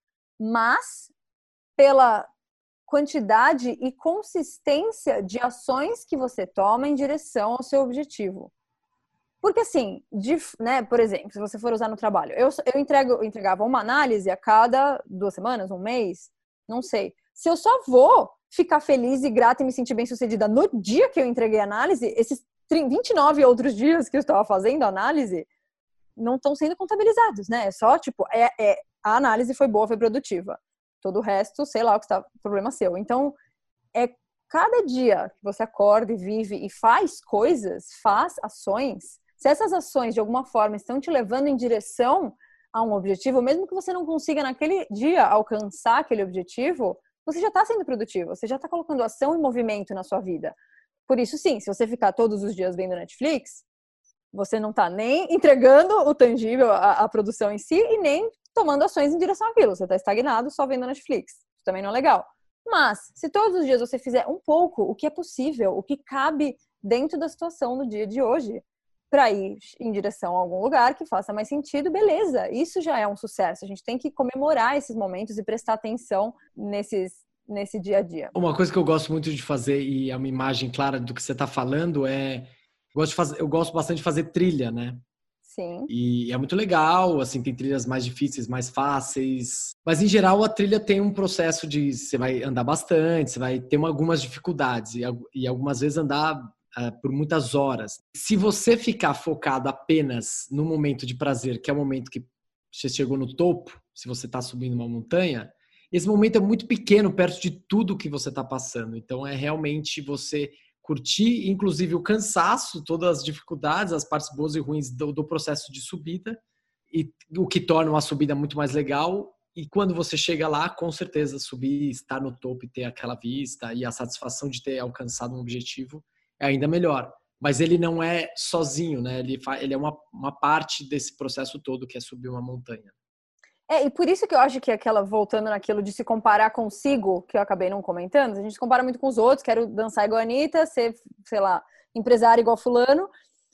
mas pela quantidade e consistência de ações que você toma em direção ao seu objetivo. Porque assim, de, né, por exemplo, se você for usar no trabalho, eu, eu, entrego, eu entregava uma análise a cada duas semanas, um mês, não sei. Se eu só vou ficar feliz e grata e me sentir bem sucedida no dia que eu entreguei a análise, esses vinte e nove outros dias que eu estava fazendo a análise não estão sendo contabilizados, né? É só, tipo, é, é, a análise foi boa, foi produtiva. Todo o resto, sei lá o que está, problema seu. Então, é cada dia que você acorda e vive e faz coisas, faz ações, se essas ações de alguma forma estão te levando em direção a um objetivo, mesmo que você não consiga naquele dia alcançar aquele objetivo, você já está sendo produtivo, você já está colocando ação e movimento na sua vida. Por isso, sim, se você ficar todos os dias vendo Netflix, você não está nem entregando o tangível, a, a produção em si, e nem tomando ações em direção àquilo. Você está estagnado só vendo Netflix. Isso também não é legal. Mas, se todos os dias você fizer um pouco o que é possível, o que cabe dentro da situação no dia de hoje, para ir em direção a algum lugar que faça mais sentido, beleza. Isso já é um sucesso. A gente tem que comemorar esses momentos e prestar atenção nesses, nesse dia a dia. Uma coisa que eu gosto muito de fazer, e é uma imagem clara do que você está falando, é... Eu gosto, de fazer, eu gosto bastante de fazer trilha, né? Sim. E é muito legal, assim, tem trilhas mais difíceis, mais fáceis. Mas, em geral, a trilha tem um processo de... Você vai andar bastante, você vai ter algumas dificuldades. E, e algumas vezes andar uh, por muitas horas. Se você ficar focado apenas no momento de prazer, que é o momento que você chegou no topo, se você está subindo uma montanha, esse momento é muito pequeno perto de tudo que você está passando. Então, é realmente você... curtir, inclusive, o cansaço, todas as dificuldades, as partes boas e ruins do, do processo de subida, e o que torna uma subida muito mais legal. E quando você chega lá, com certeza, subir, estar no topo e ter aquela vista e a satisfação de ter alcançado um objetivo é ainda melhor. Mas ele não é sozinho, né? Ele, ele é uma, uma parte desse processo todo, que é subir uma montanha. É, e por isso que eu acho que aquela, voltando naquilo de se comparar consigo, que eu acabei não comentando, a gente se compara muito com os outros, quero dançar igual a Anitta, ser, sei lá, empresária igual fulano.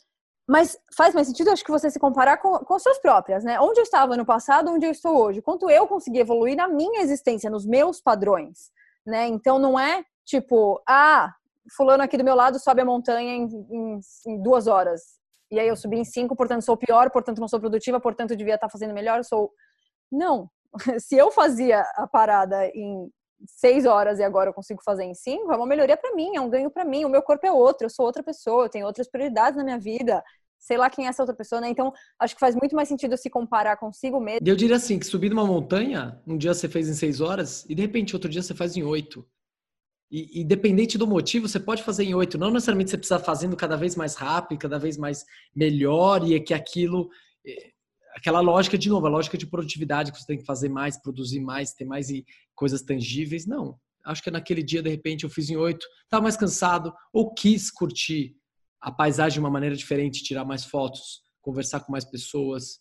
Mas faz mais sentido, acho que você se comparar com, com as suas próprias, né? Onde eu estava no passado, onde eu estou hoje. Quanto eu consegui evoluir na minha existência, nos meus padrões, né? Então não é tipo, ah, fulano aqui do meu lado sobe a montanha em, em, em duas horas. E aí eu subi em cinco, portanto sou pior, portanto não sou produtiva, portanto devia estar fazendo melhor, eu sou... Não. Se eu fazia a parada em seis horas e agora eu consigo fazer em cinco, é uma melhoria para mim, é um ganho para mim. O meu corpo é outro, eu sou outra pessoa, eu tenho outras prioridades na minha vida. Sei lá quem é essa outra pessoa, né? Então, acho que faz muito mais sentido se comparar consigo mesmo. Eu diria assim, que subir numa montanha, um dia você fez em seis horas e de repente outro dia você faz em oito. E, e dependente do motivo, você pode fazer em oito. Não necessariamente você precisa fazendo cada vez mais rápido, cada vez mais melhor, e é que aquilo... Aquela lógica, de novo, a lógica de produtividade, que você tem que fazer mais, produzir mais, ter mais coisas tangíveis. Não. Acho que naquele dia, de repente, eu fiz em oito, estava mais cansado, ou quis curtir a paisagem de uma maneira diferente, tirar mais fotos, conversar com mais pessoas.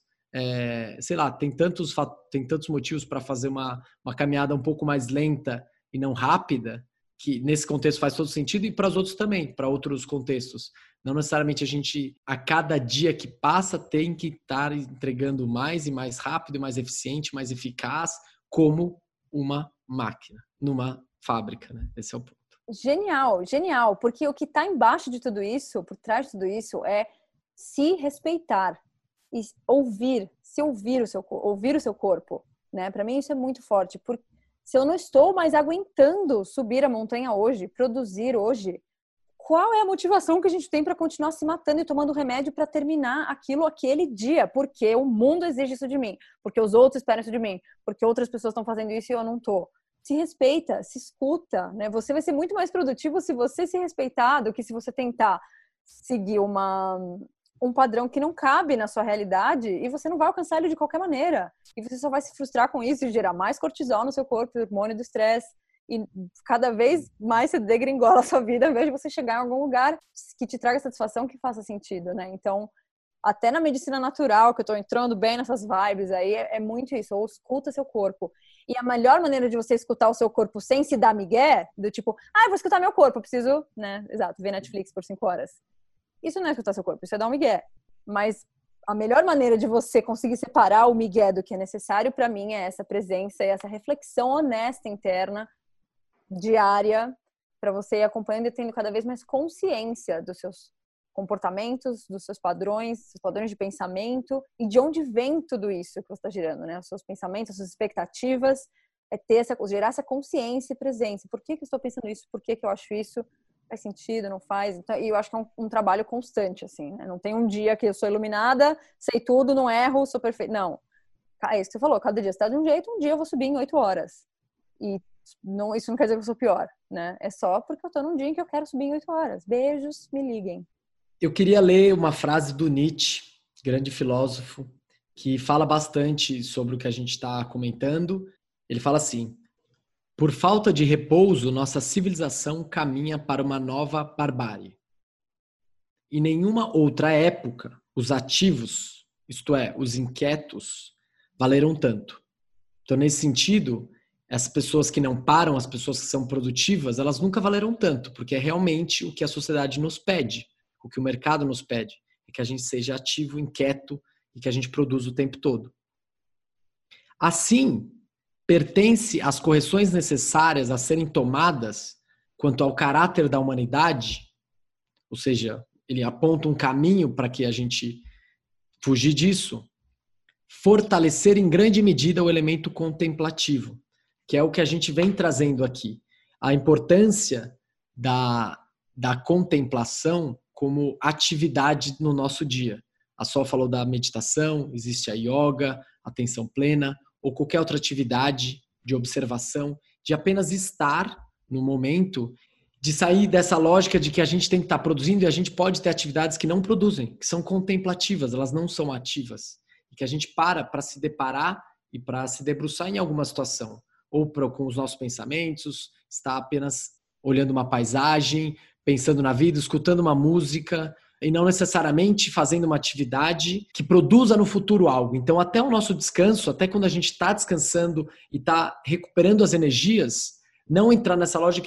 É, sei lá, tem tantos, tem tantos motivos para fazer uma, uma caminhada um pouco mais lenta e não rápida, que nesse contexto faz todo sentido, e para os outros também, para outros contextos. Não necessariamente a gente, a cada dia que passa, tem que estar entregando mais e mais rápido, mais eficiente, mais eficaz, como uma máquina, numa fábrica, né? Esse é o ponto. Genial, genial, porque o que está embaixo de tudo isso, por trás de tudo isso, é se respeitar e ouvir, se ouvir o seu, ouvir o seu corpo, né? Para mim isso é muito forte, porque se eu não estou mais aguentando subir a montanha hoje, produzir hoje, qual é a motivação que a gente tem para continuar se matando e tomando remédio para terminar aquilo aquele dia? Porque o mundo exige isso de mim, porque os outros esperam isso de mim, porque outras pessoas estão fazendo isso e eu não tô. Se respeita, se escuta, né? Você vai ser muito mais produtivo se você se respeitar do que se você tentar seguir uma, um padrão que não cabe na sua realidade e você não vai alcançar ele de qualquer maneira. E você só vai se frustrar com isso e gerar mais cortisol no seu corpo, hormônio do estresse. E cada vez mais você degringola a sua vida ao invés de você chegar em algum lugar que te traga satisfação, que faça sentido, né? Então, até na medicina natural, que eu tô entrando bem nessas vibes aí, é, é muito isso, ou escuta seu corpo. E a melhor maneira de você escutar o seu corpo sem se dar migué, do tipo, ah, eu vou escutar meu corpo, eu preciso, né, exato, ver Netflix por cinco horas. Isso não é escutar seu corpo, isso é dar um migué. Mas a melhor maneira de você conseguir separar o migué do que é necessário, pra mim, é essa presença e essa reflexão honesta interna, diária, para você ir acompanhando e tendo cada vez mais consciência dos seus comportamentos, dos seus padrões, dos seus padrões de pensamento e de onde vem tudo isso que você está gerando, né? Os seus pensamentos, as suas expectativas, é ter essa, gerar essa consciência e presença. Por que que eu estou pensando isso? Por que que eu acho isso? Faz sentido? Não faz? Então, e eu acho que é um, um trabalho constante, assim, né? Não tem um dia que eu sou iluminada, sei tudo, não erro, sou perfeita. Não. É isso que você falou, cada dia você está de um jeito, um dia eu vou subir em oito horas. E não, isso não quer dizer que eu sou pior, né? É só porque eu tô num dia em que eu quero subir em oito horas. Beijos, me liguem. Eu queria ler uma frase do Nietzsche, grande filósofo, que fala bastante sobre o que a gente está comentando. Ele fala assim: por falta de repouso, nossa civilização caminha para uma nova barbárie. Em nenhuma outra época, os ativos, isto é, os inquietos, valeram tanto. Então, nesse sentido, as pessoas que não param, as pessoas que são produtivas, elas nunca valeram tanto, porque é realmente o que a sociedade nos pede, o que o mercado nos pede, é que a gente seja ativo, inquieto e que a gente produza o tempo todo. Assim, pertence às correções necessárias a serem tomadas quanto ao caráter da humanidade, ou seja, ele aponta um caminho para que a gente fugir disso, fortalecer em grande medida o elemento contemplativo, que é o que a gente vem trazendo aqui. A importância da, da contemplação como atividade no nosso dia. A Sol falou da meditação, existe a yoga, atenção plena, ou qualquer outra atividade de observação, de apenas estar no momento, de sair dessa lógica de que a gente tem que estar produzindo e a gente pode ter atividades que não produzem, que são contemplativas, elas não são ativas. E que a gente para para se deparar e para se debruçar em alguma situação. Ou pra, com os nossos pensamentos, está apenas olhando uma paisagem, pensando na vida, escutando uma música, e não necessariamente fazendo uma atividade que produza no futuro algo. Então, até o nosso descanso, até quando a gente está descansando e está recuperando as energias, não entrar nessa lógica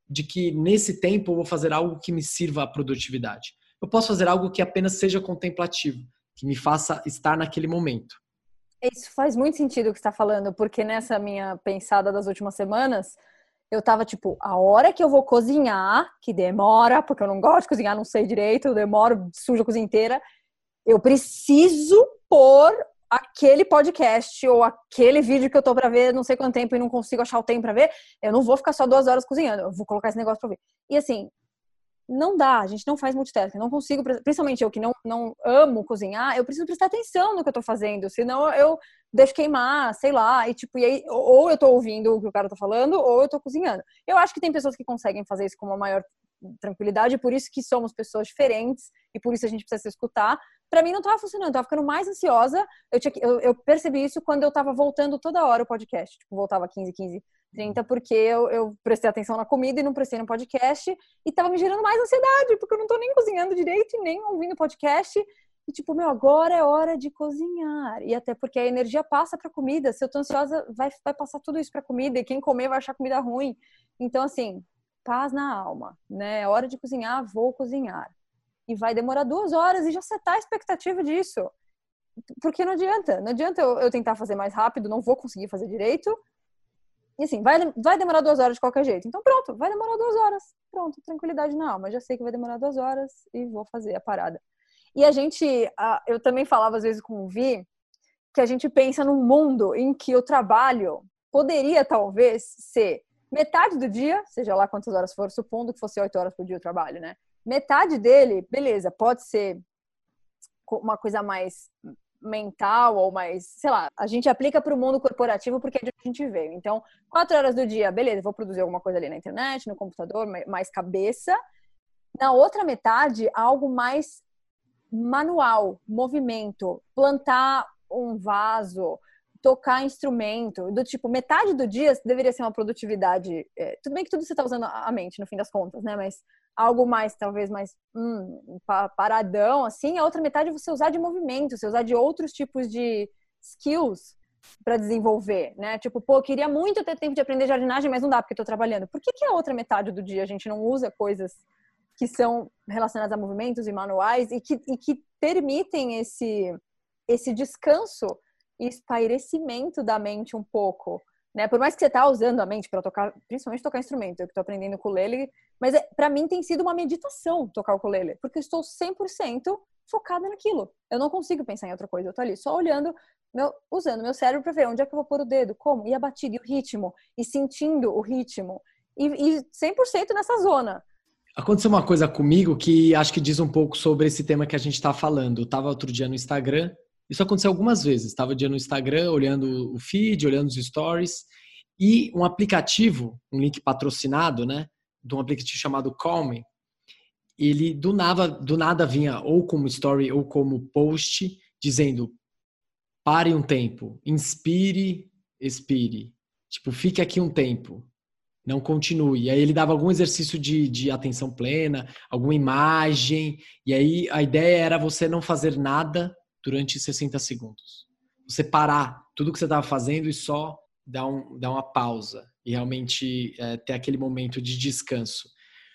de que nesse tempo eu vou fazer algo que me sirva à produtividade. Eu posso fazer algo que apenas seja contemplativo, que me faça estar naquele momento. Isso faz muito sentido o que você está falando, porque nessa minha pensada das últimas semanas, eu tava tipo, a hora que eu vou cozinhar, que demora, porque eu não gosto de cozinhar, não sei direito, eu demoro, sujo a cozinha inteira, eu preciso pôr aquele podcast ou aquele vídeo que eu tô pra ver não sei quanto tempo e não consigo achar o tempo pra ver, eu não vou ficar só duas horas cozinhando, eu vou colocar esse negócio pra ver. E assim, não dá, a gente não faz multitasking, não consigo, principalmente eu que não, não amo cozinhar, eu preciso prestar atenção no que eu tô fazendo, senão eu deixo queimar, sei lá, e tipo, e aí, ou eu tô ouvindo o que o cara tá falando, ou eu tô cozinhando. Eu acho que tem pessoas que conseguem fazer isso com uma maior tranquilidade, por isso que somos pessoas diferentes, e por isso a gente precisa se escutar. Pra mim não tava funcionando, eu tava ficando mais ansiosa, eu, tinha, eu, eu percebi isso quando eu tava voltando toda hora o podcast, tipo, voltava quinze, quinze, trinta, porque eu, eu prestei atenção na comida e não prestei no podcast, e tava me gerando mais ansiedade, porque eu não tô nem cozinhando direito e nem ouvindo podcast, e tipo, meu, agora é hora de cozinhar, e até porque a energia passa pra comida, se eu tô ansiosa, vai, vai passar tudo isso pra comida, e quem comer vai achar comida ruim, então assim, paz na alma, né, é hora de cozinhar, vou cozinhar, e vai demorar duas horas, e já setar a expectativa disso, porque não adianta, não adianta eu, eu tentar fazer mais rápido, não vou conseguir fazer direito. E assim, vai, vai demorar duas horas de qualquer jeito. Então pronto, vai demorar duas horas. Pronto, tranquilidade na alma. Já sei que vai demorar duas horas e vou fazer a parada. E a gente, eu também falava às vezes com o Vi, que a gente pensa num mundo em que o trabalho poderia talvez ser metade do dia, seja lá quantas horas for, supondo que fosse oito horas por dia o trabalho, né? Metade dele, beleza, pode ser uma coisa mais mental ou mais, sei lá, a gente aplica para o mundo corporativo porque é de onde a gente veio. Então, quatro horas do dia, beleza, vou produzir alguma coisa ali na internet, no computador, mais cabeça. Na outra metade, algo mais manual, movimento, plantar um vaso, tocar instrumento, do tipo, metade do dia deveria ser uma produtividade, é, tudo bem que tudo você está usando a mente, no fim das contas, né, mas algo mais, talvez mais hum, paradão, assim, a outra metade você usar de movimento, você usar de outros tipos de skills para desenvolver, né? Tipo, pô, queria muito ter tempo de aprender jardinagem, mas não dá porque estou trabalhando. Por que que a outra metade do dia a gente não usa coisas que são relacionadas a movimentos e manuais e que, e que permitem esse, esse descanso e espairecimento da mente um pouco, né? Por mais que você tá usando a mente para tocar, principalmente tocar instrumento, eu que tô aprendendo ukulele, mas é, para mim tem sido uma meditação tocar o ukulele, porque eu estou cem por cento focada naquilo. Eu não consigo pensar em outra coisa, eu tô ali só olhando, meu, usando meu cérebro para ver onde é que eu vou pôr o dedo, como, e a batida, e o ritmo, e sentindo o ritmo, e, e cem por cento nessa zona. Aconteceu uma coisa comigo que acho que diz um pouco sobre esse tema que a gente tá falando. Eu tava outro dia no Instagram. Isso aconteceu algumas vezes. Estava o dia no Instagram, olhando o feed, olhando os stories, e um aplicativo, um link patrocinado, né, de um aplicativo chamado Calm, ele do nada, do nada vinha ou como story ou como post, dizendo, pare um tempo, inspire, expire. Tipo, fique aqui um tempo, não continue. E aí ele dava algum exercício de, de atenção plena, alguma imagem, e aí a ideia era você não fazer nada durante sessenta segundos. Você parar tudo que você estava fazendo e só dar, um, dar uma pausa e realmente é, ter aquele momento de descanso.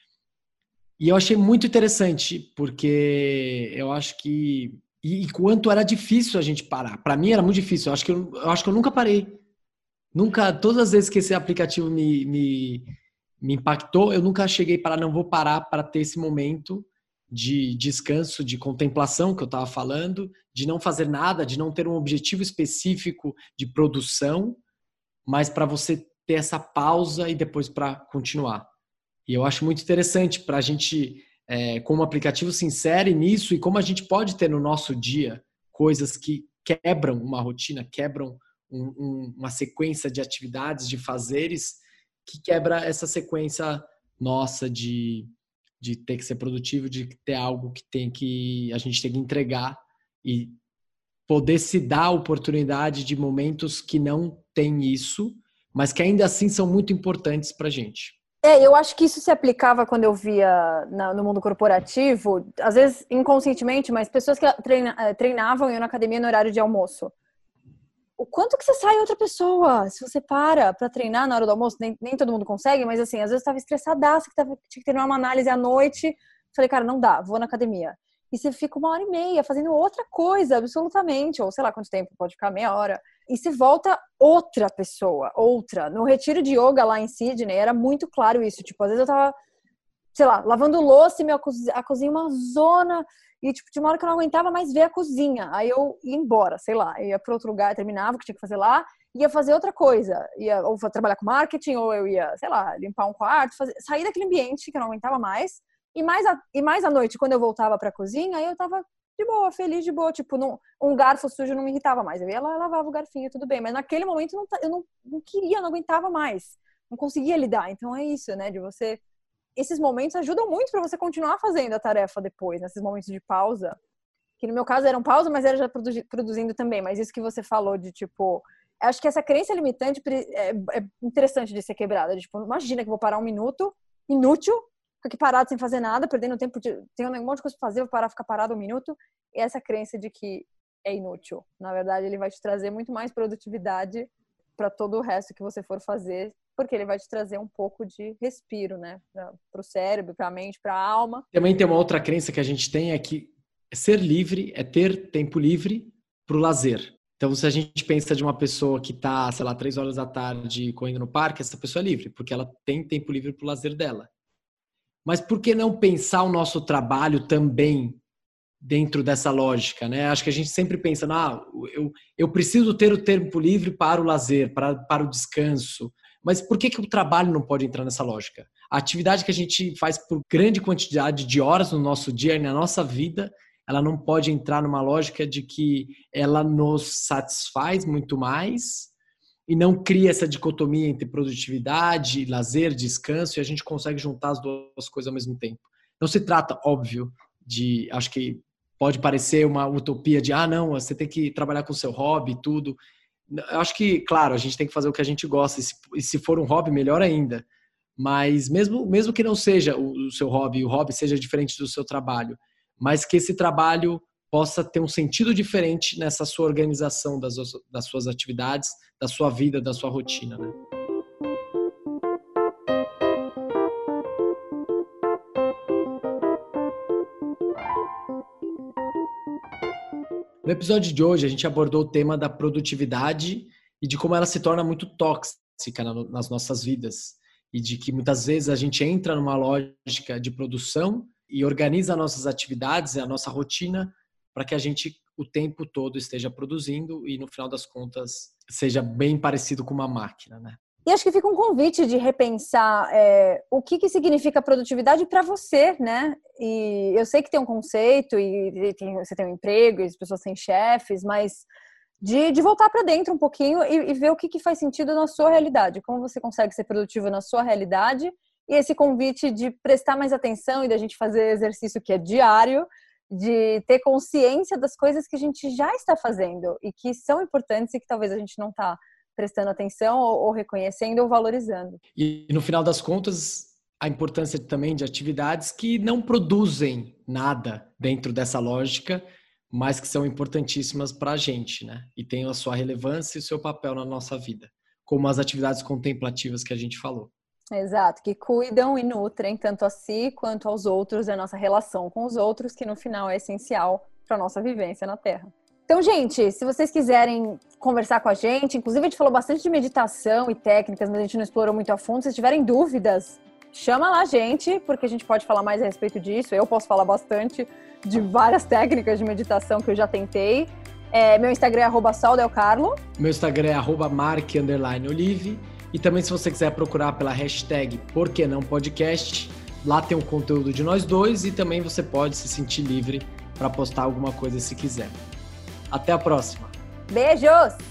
E eu achei muito interessante, porque eu acho que... E, e quanto era difícil a gente parar. Para mim era muito difícil. Eu acho que eu, eu acho que eu nunca parei. Nunca, todas as vezes que esse aplicativo me, me, me impactou, eu nunca cheguei para não vou parar para ter esse momento de descanso, de contemplação que eu estava falando, de não fazer nada, de não ter um objetivo específico de produção, mas para você ter essa pausa e depois para continuar. E eu acho muito interessante para a gente, é, como o aplicativo se insere nisso e como a gente pode ter no nosso dia coisas que quebram uma rotina, quebram um, um, uma sequência de atividades, de fazeres, que quebra essa sequência nossa de de ter que ser produtivo, de ter algo que tem que a gente tem que entregar e poder se dar a oportunidade de momentos que não tem isso, mas que ainda assim são muito importantes pra gente. É, eu acho que isso se aplicava quando eu via na, no mundo corporativo, às vezes inconscientemente, mas pessoas que treina, treinavam e iam na academia no horário de almoço. o quanto que você sai outra pessoa. Se você para pra treinar na hora do almoço, nem, nem todo mundo consegue, mas assim, às vezes eu tava estressadaça, que tava, tinha que terminar uma análise à noite. Falei, cara, não dá, vou na academia. E você fica uma hora e meia fazendo outra coisa, absolutamente. Ou sei lá quanto tempo, pode ficar meia hora. E você volta outra pessoa, outra. No retiro de yoga lá em Sydney, era muito claro isso. Tipo, às vezes eu tava, sei lá, lavando louça e minha cozinha, a cozinha uma zona. E, tipo, de uma hora que eu não aguentava mais ver a cozinha. Aí eu ia embora, sei lá. Ia para outro lugar, terminava o que tinha que fazer lá. Ia fazer outra coisa. Ia ou trabalhar com marketing, ou eu ia, sei lá, limpar um quarto. Fazer, sair daquele ambiente que eu não aguentava mais. E mais, a, e mais à noite, quando eu voltava pra cozinha, aí eu tava de boa, feliz, de boa. Tipo, não, um garfo sujo não me irritava mais. Eu ia lá, lavava o garfinho, tudo bem. Mas naquele momento eu não, eu não, não queria, não aguentava mais. Não conseguia lidar. Então é isso, né? De você... Esses momentos ajudam muito pra você continuar fazendo a tarefa depois, nesses momentos de pausa. Que no meu caso eram pausa, mas era já produ- produzindo também. Mas isso que você falou de, tipo... Acho que essa crença limitante é, é interessante de ser quebrada. De, tipo, imagina que eu vou parar um minuto, inútil, fico aqui parado sem fazer nada, perdendo tempo de... Tem um monte de coisa pra fazer, vou parar, ficar parado um minuto. E essa crença de que é inútil. Na verdade, ele vai te trazer muito mais produtividade para todo o resto que você for fazer, porque ele vai te trazer um pouco de respiro, né? Para o cérebro, para a mente, para a alma. Também tem uma outra crença que a gente tem, é que ser livre é ter tempo livre para o lazer. Então, se a gente pensa de uma pessoa que está, sei lá, três horas da tarde correndo no parque, essa pessoa é livre, porque ela tem tempo livre para o lazer dela. Mas por que não pensar o nosso trabalho também dentro dessa lógica, né? Acho que a gente sempre pensa, ah, eu, eu preciso ter o tempo livre para o lazer, para, para o descanso. Mas por que, que o trabalho não pode entrar nessa lógica? A atividade que a gente faz por grande quantidade de horas no nosso dia e na nossa vida, ela não pode entrar numa lógica de que ela nos satisfaz muito mais e não cria essa dicotomia entre produtividade, lazer, descanso, e a gente consegue juntar as duas coisas ao mesmo tempo. Não se trata, óbvio, de... Acho que pode parecer uma utopia de, ah, não, você tem que trabalhar com o seu hobby e tudo. Eu acho que, claro, a gente tem que fazer o que a gente gosta, e se, e se for um hobby, melhor ainda. Mas mesmo, mesmo que não seja o, o seu hobby, o hobby seja diferente do seu trabalho, mas que esse trabalho possa ter um sentido diferente nessa sua organização das, das suas atividades, da sua vida, da sua rotina, né? No episódio de hoje, a gente abordou o tema da produtividade e de como ela se torna muito tóxica nas nossas vidas. E de que muitas vezes a gente entra numa lógica de produção e organiza nossas atividades e a nossa rotina para que a gente o tempo todo esteja produzindo e, no final das contas, seja bem parecido com uma máquina, né? E acho que fica um convite de repensar é, o que, que significa produtividade para você, né? E eu sei que tem um conceito e tem, você tem um emprego e as pessoas têm chefes, mas de, de voltar para dentro um pouquinho e, e ver o que, que faz sentido na sua realidade, como você consegue ser produtivo na sua realidade, e esse convite de prestar mais atenção e da gente fazer exercício que é diário, de ter consciência das coisas que a gente já está fazendo e que são importantes e que talvez a gente não está prestando atenção ou, ou reconhecendo ou valorizando. E no final das contas, a importância também de atividades que não produzem nada dentro dessa lógica, mas que são importantíssimas para a gente, né? E têm a sua relevância e o seu papel na nossa vida, como as atividades contemplativas que a gente falou. Exato, que cuidam e nutrem tanto a si quanto aos outros, a nossa relação com os outros, que no final é essencial para a nossa vivência na Terra. Então, gente, se vocês quiserem conversar com a gente, inclusive a gente falou bastante de meditação e técnicas, mas a gente não explorou muito a fundo. Se tiverem dúvidas, chama lá a gente, porque a gente pode falar mais a respeito disso. Eu posso falar bastante de várias técnicas de meditação que eu já tentei. É, meu Instagram é arroba soldelcarlo. Meu Instagram é arroba mark underline olive. E também, se você quiser procurar pela hashtag porquenãopodcast, lá tem um conteúdo de nós dois e também você pode se sentir livre para postar alguma coisa se quiser. Até a próxima. Beijos!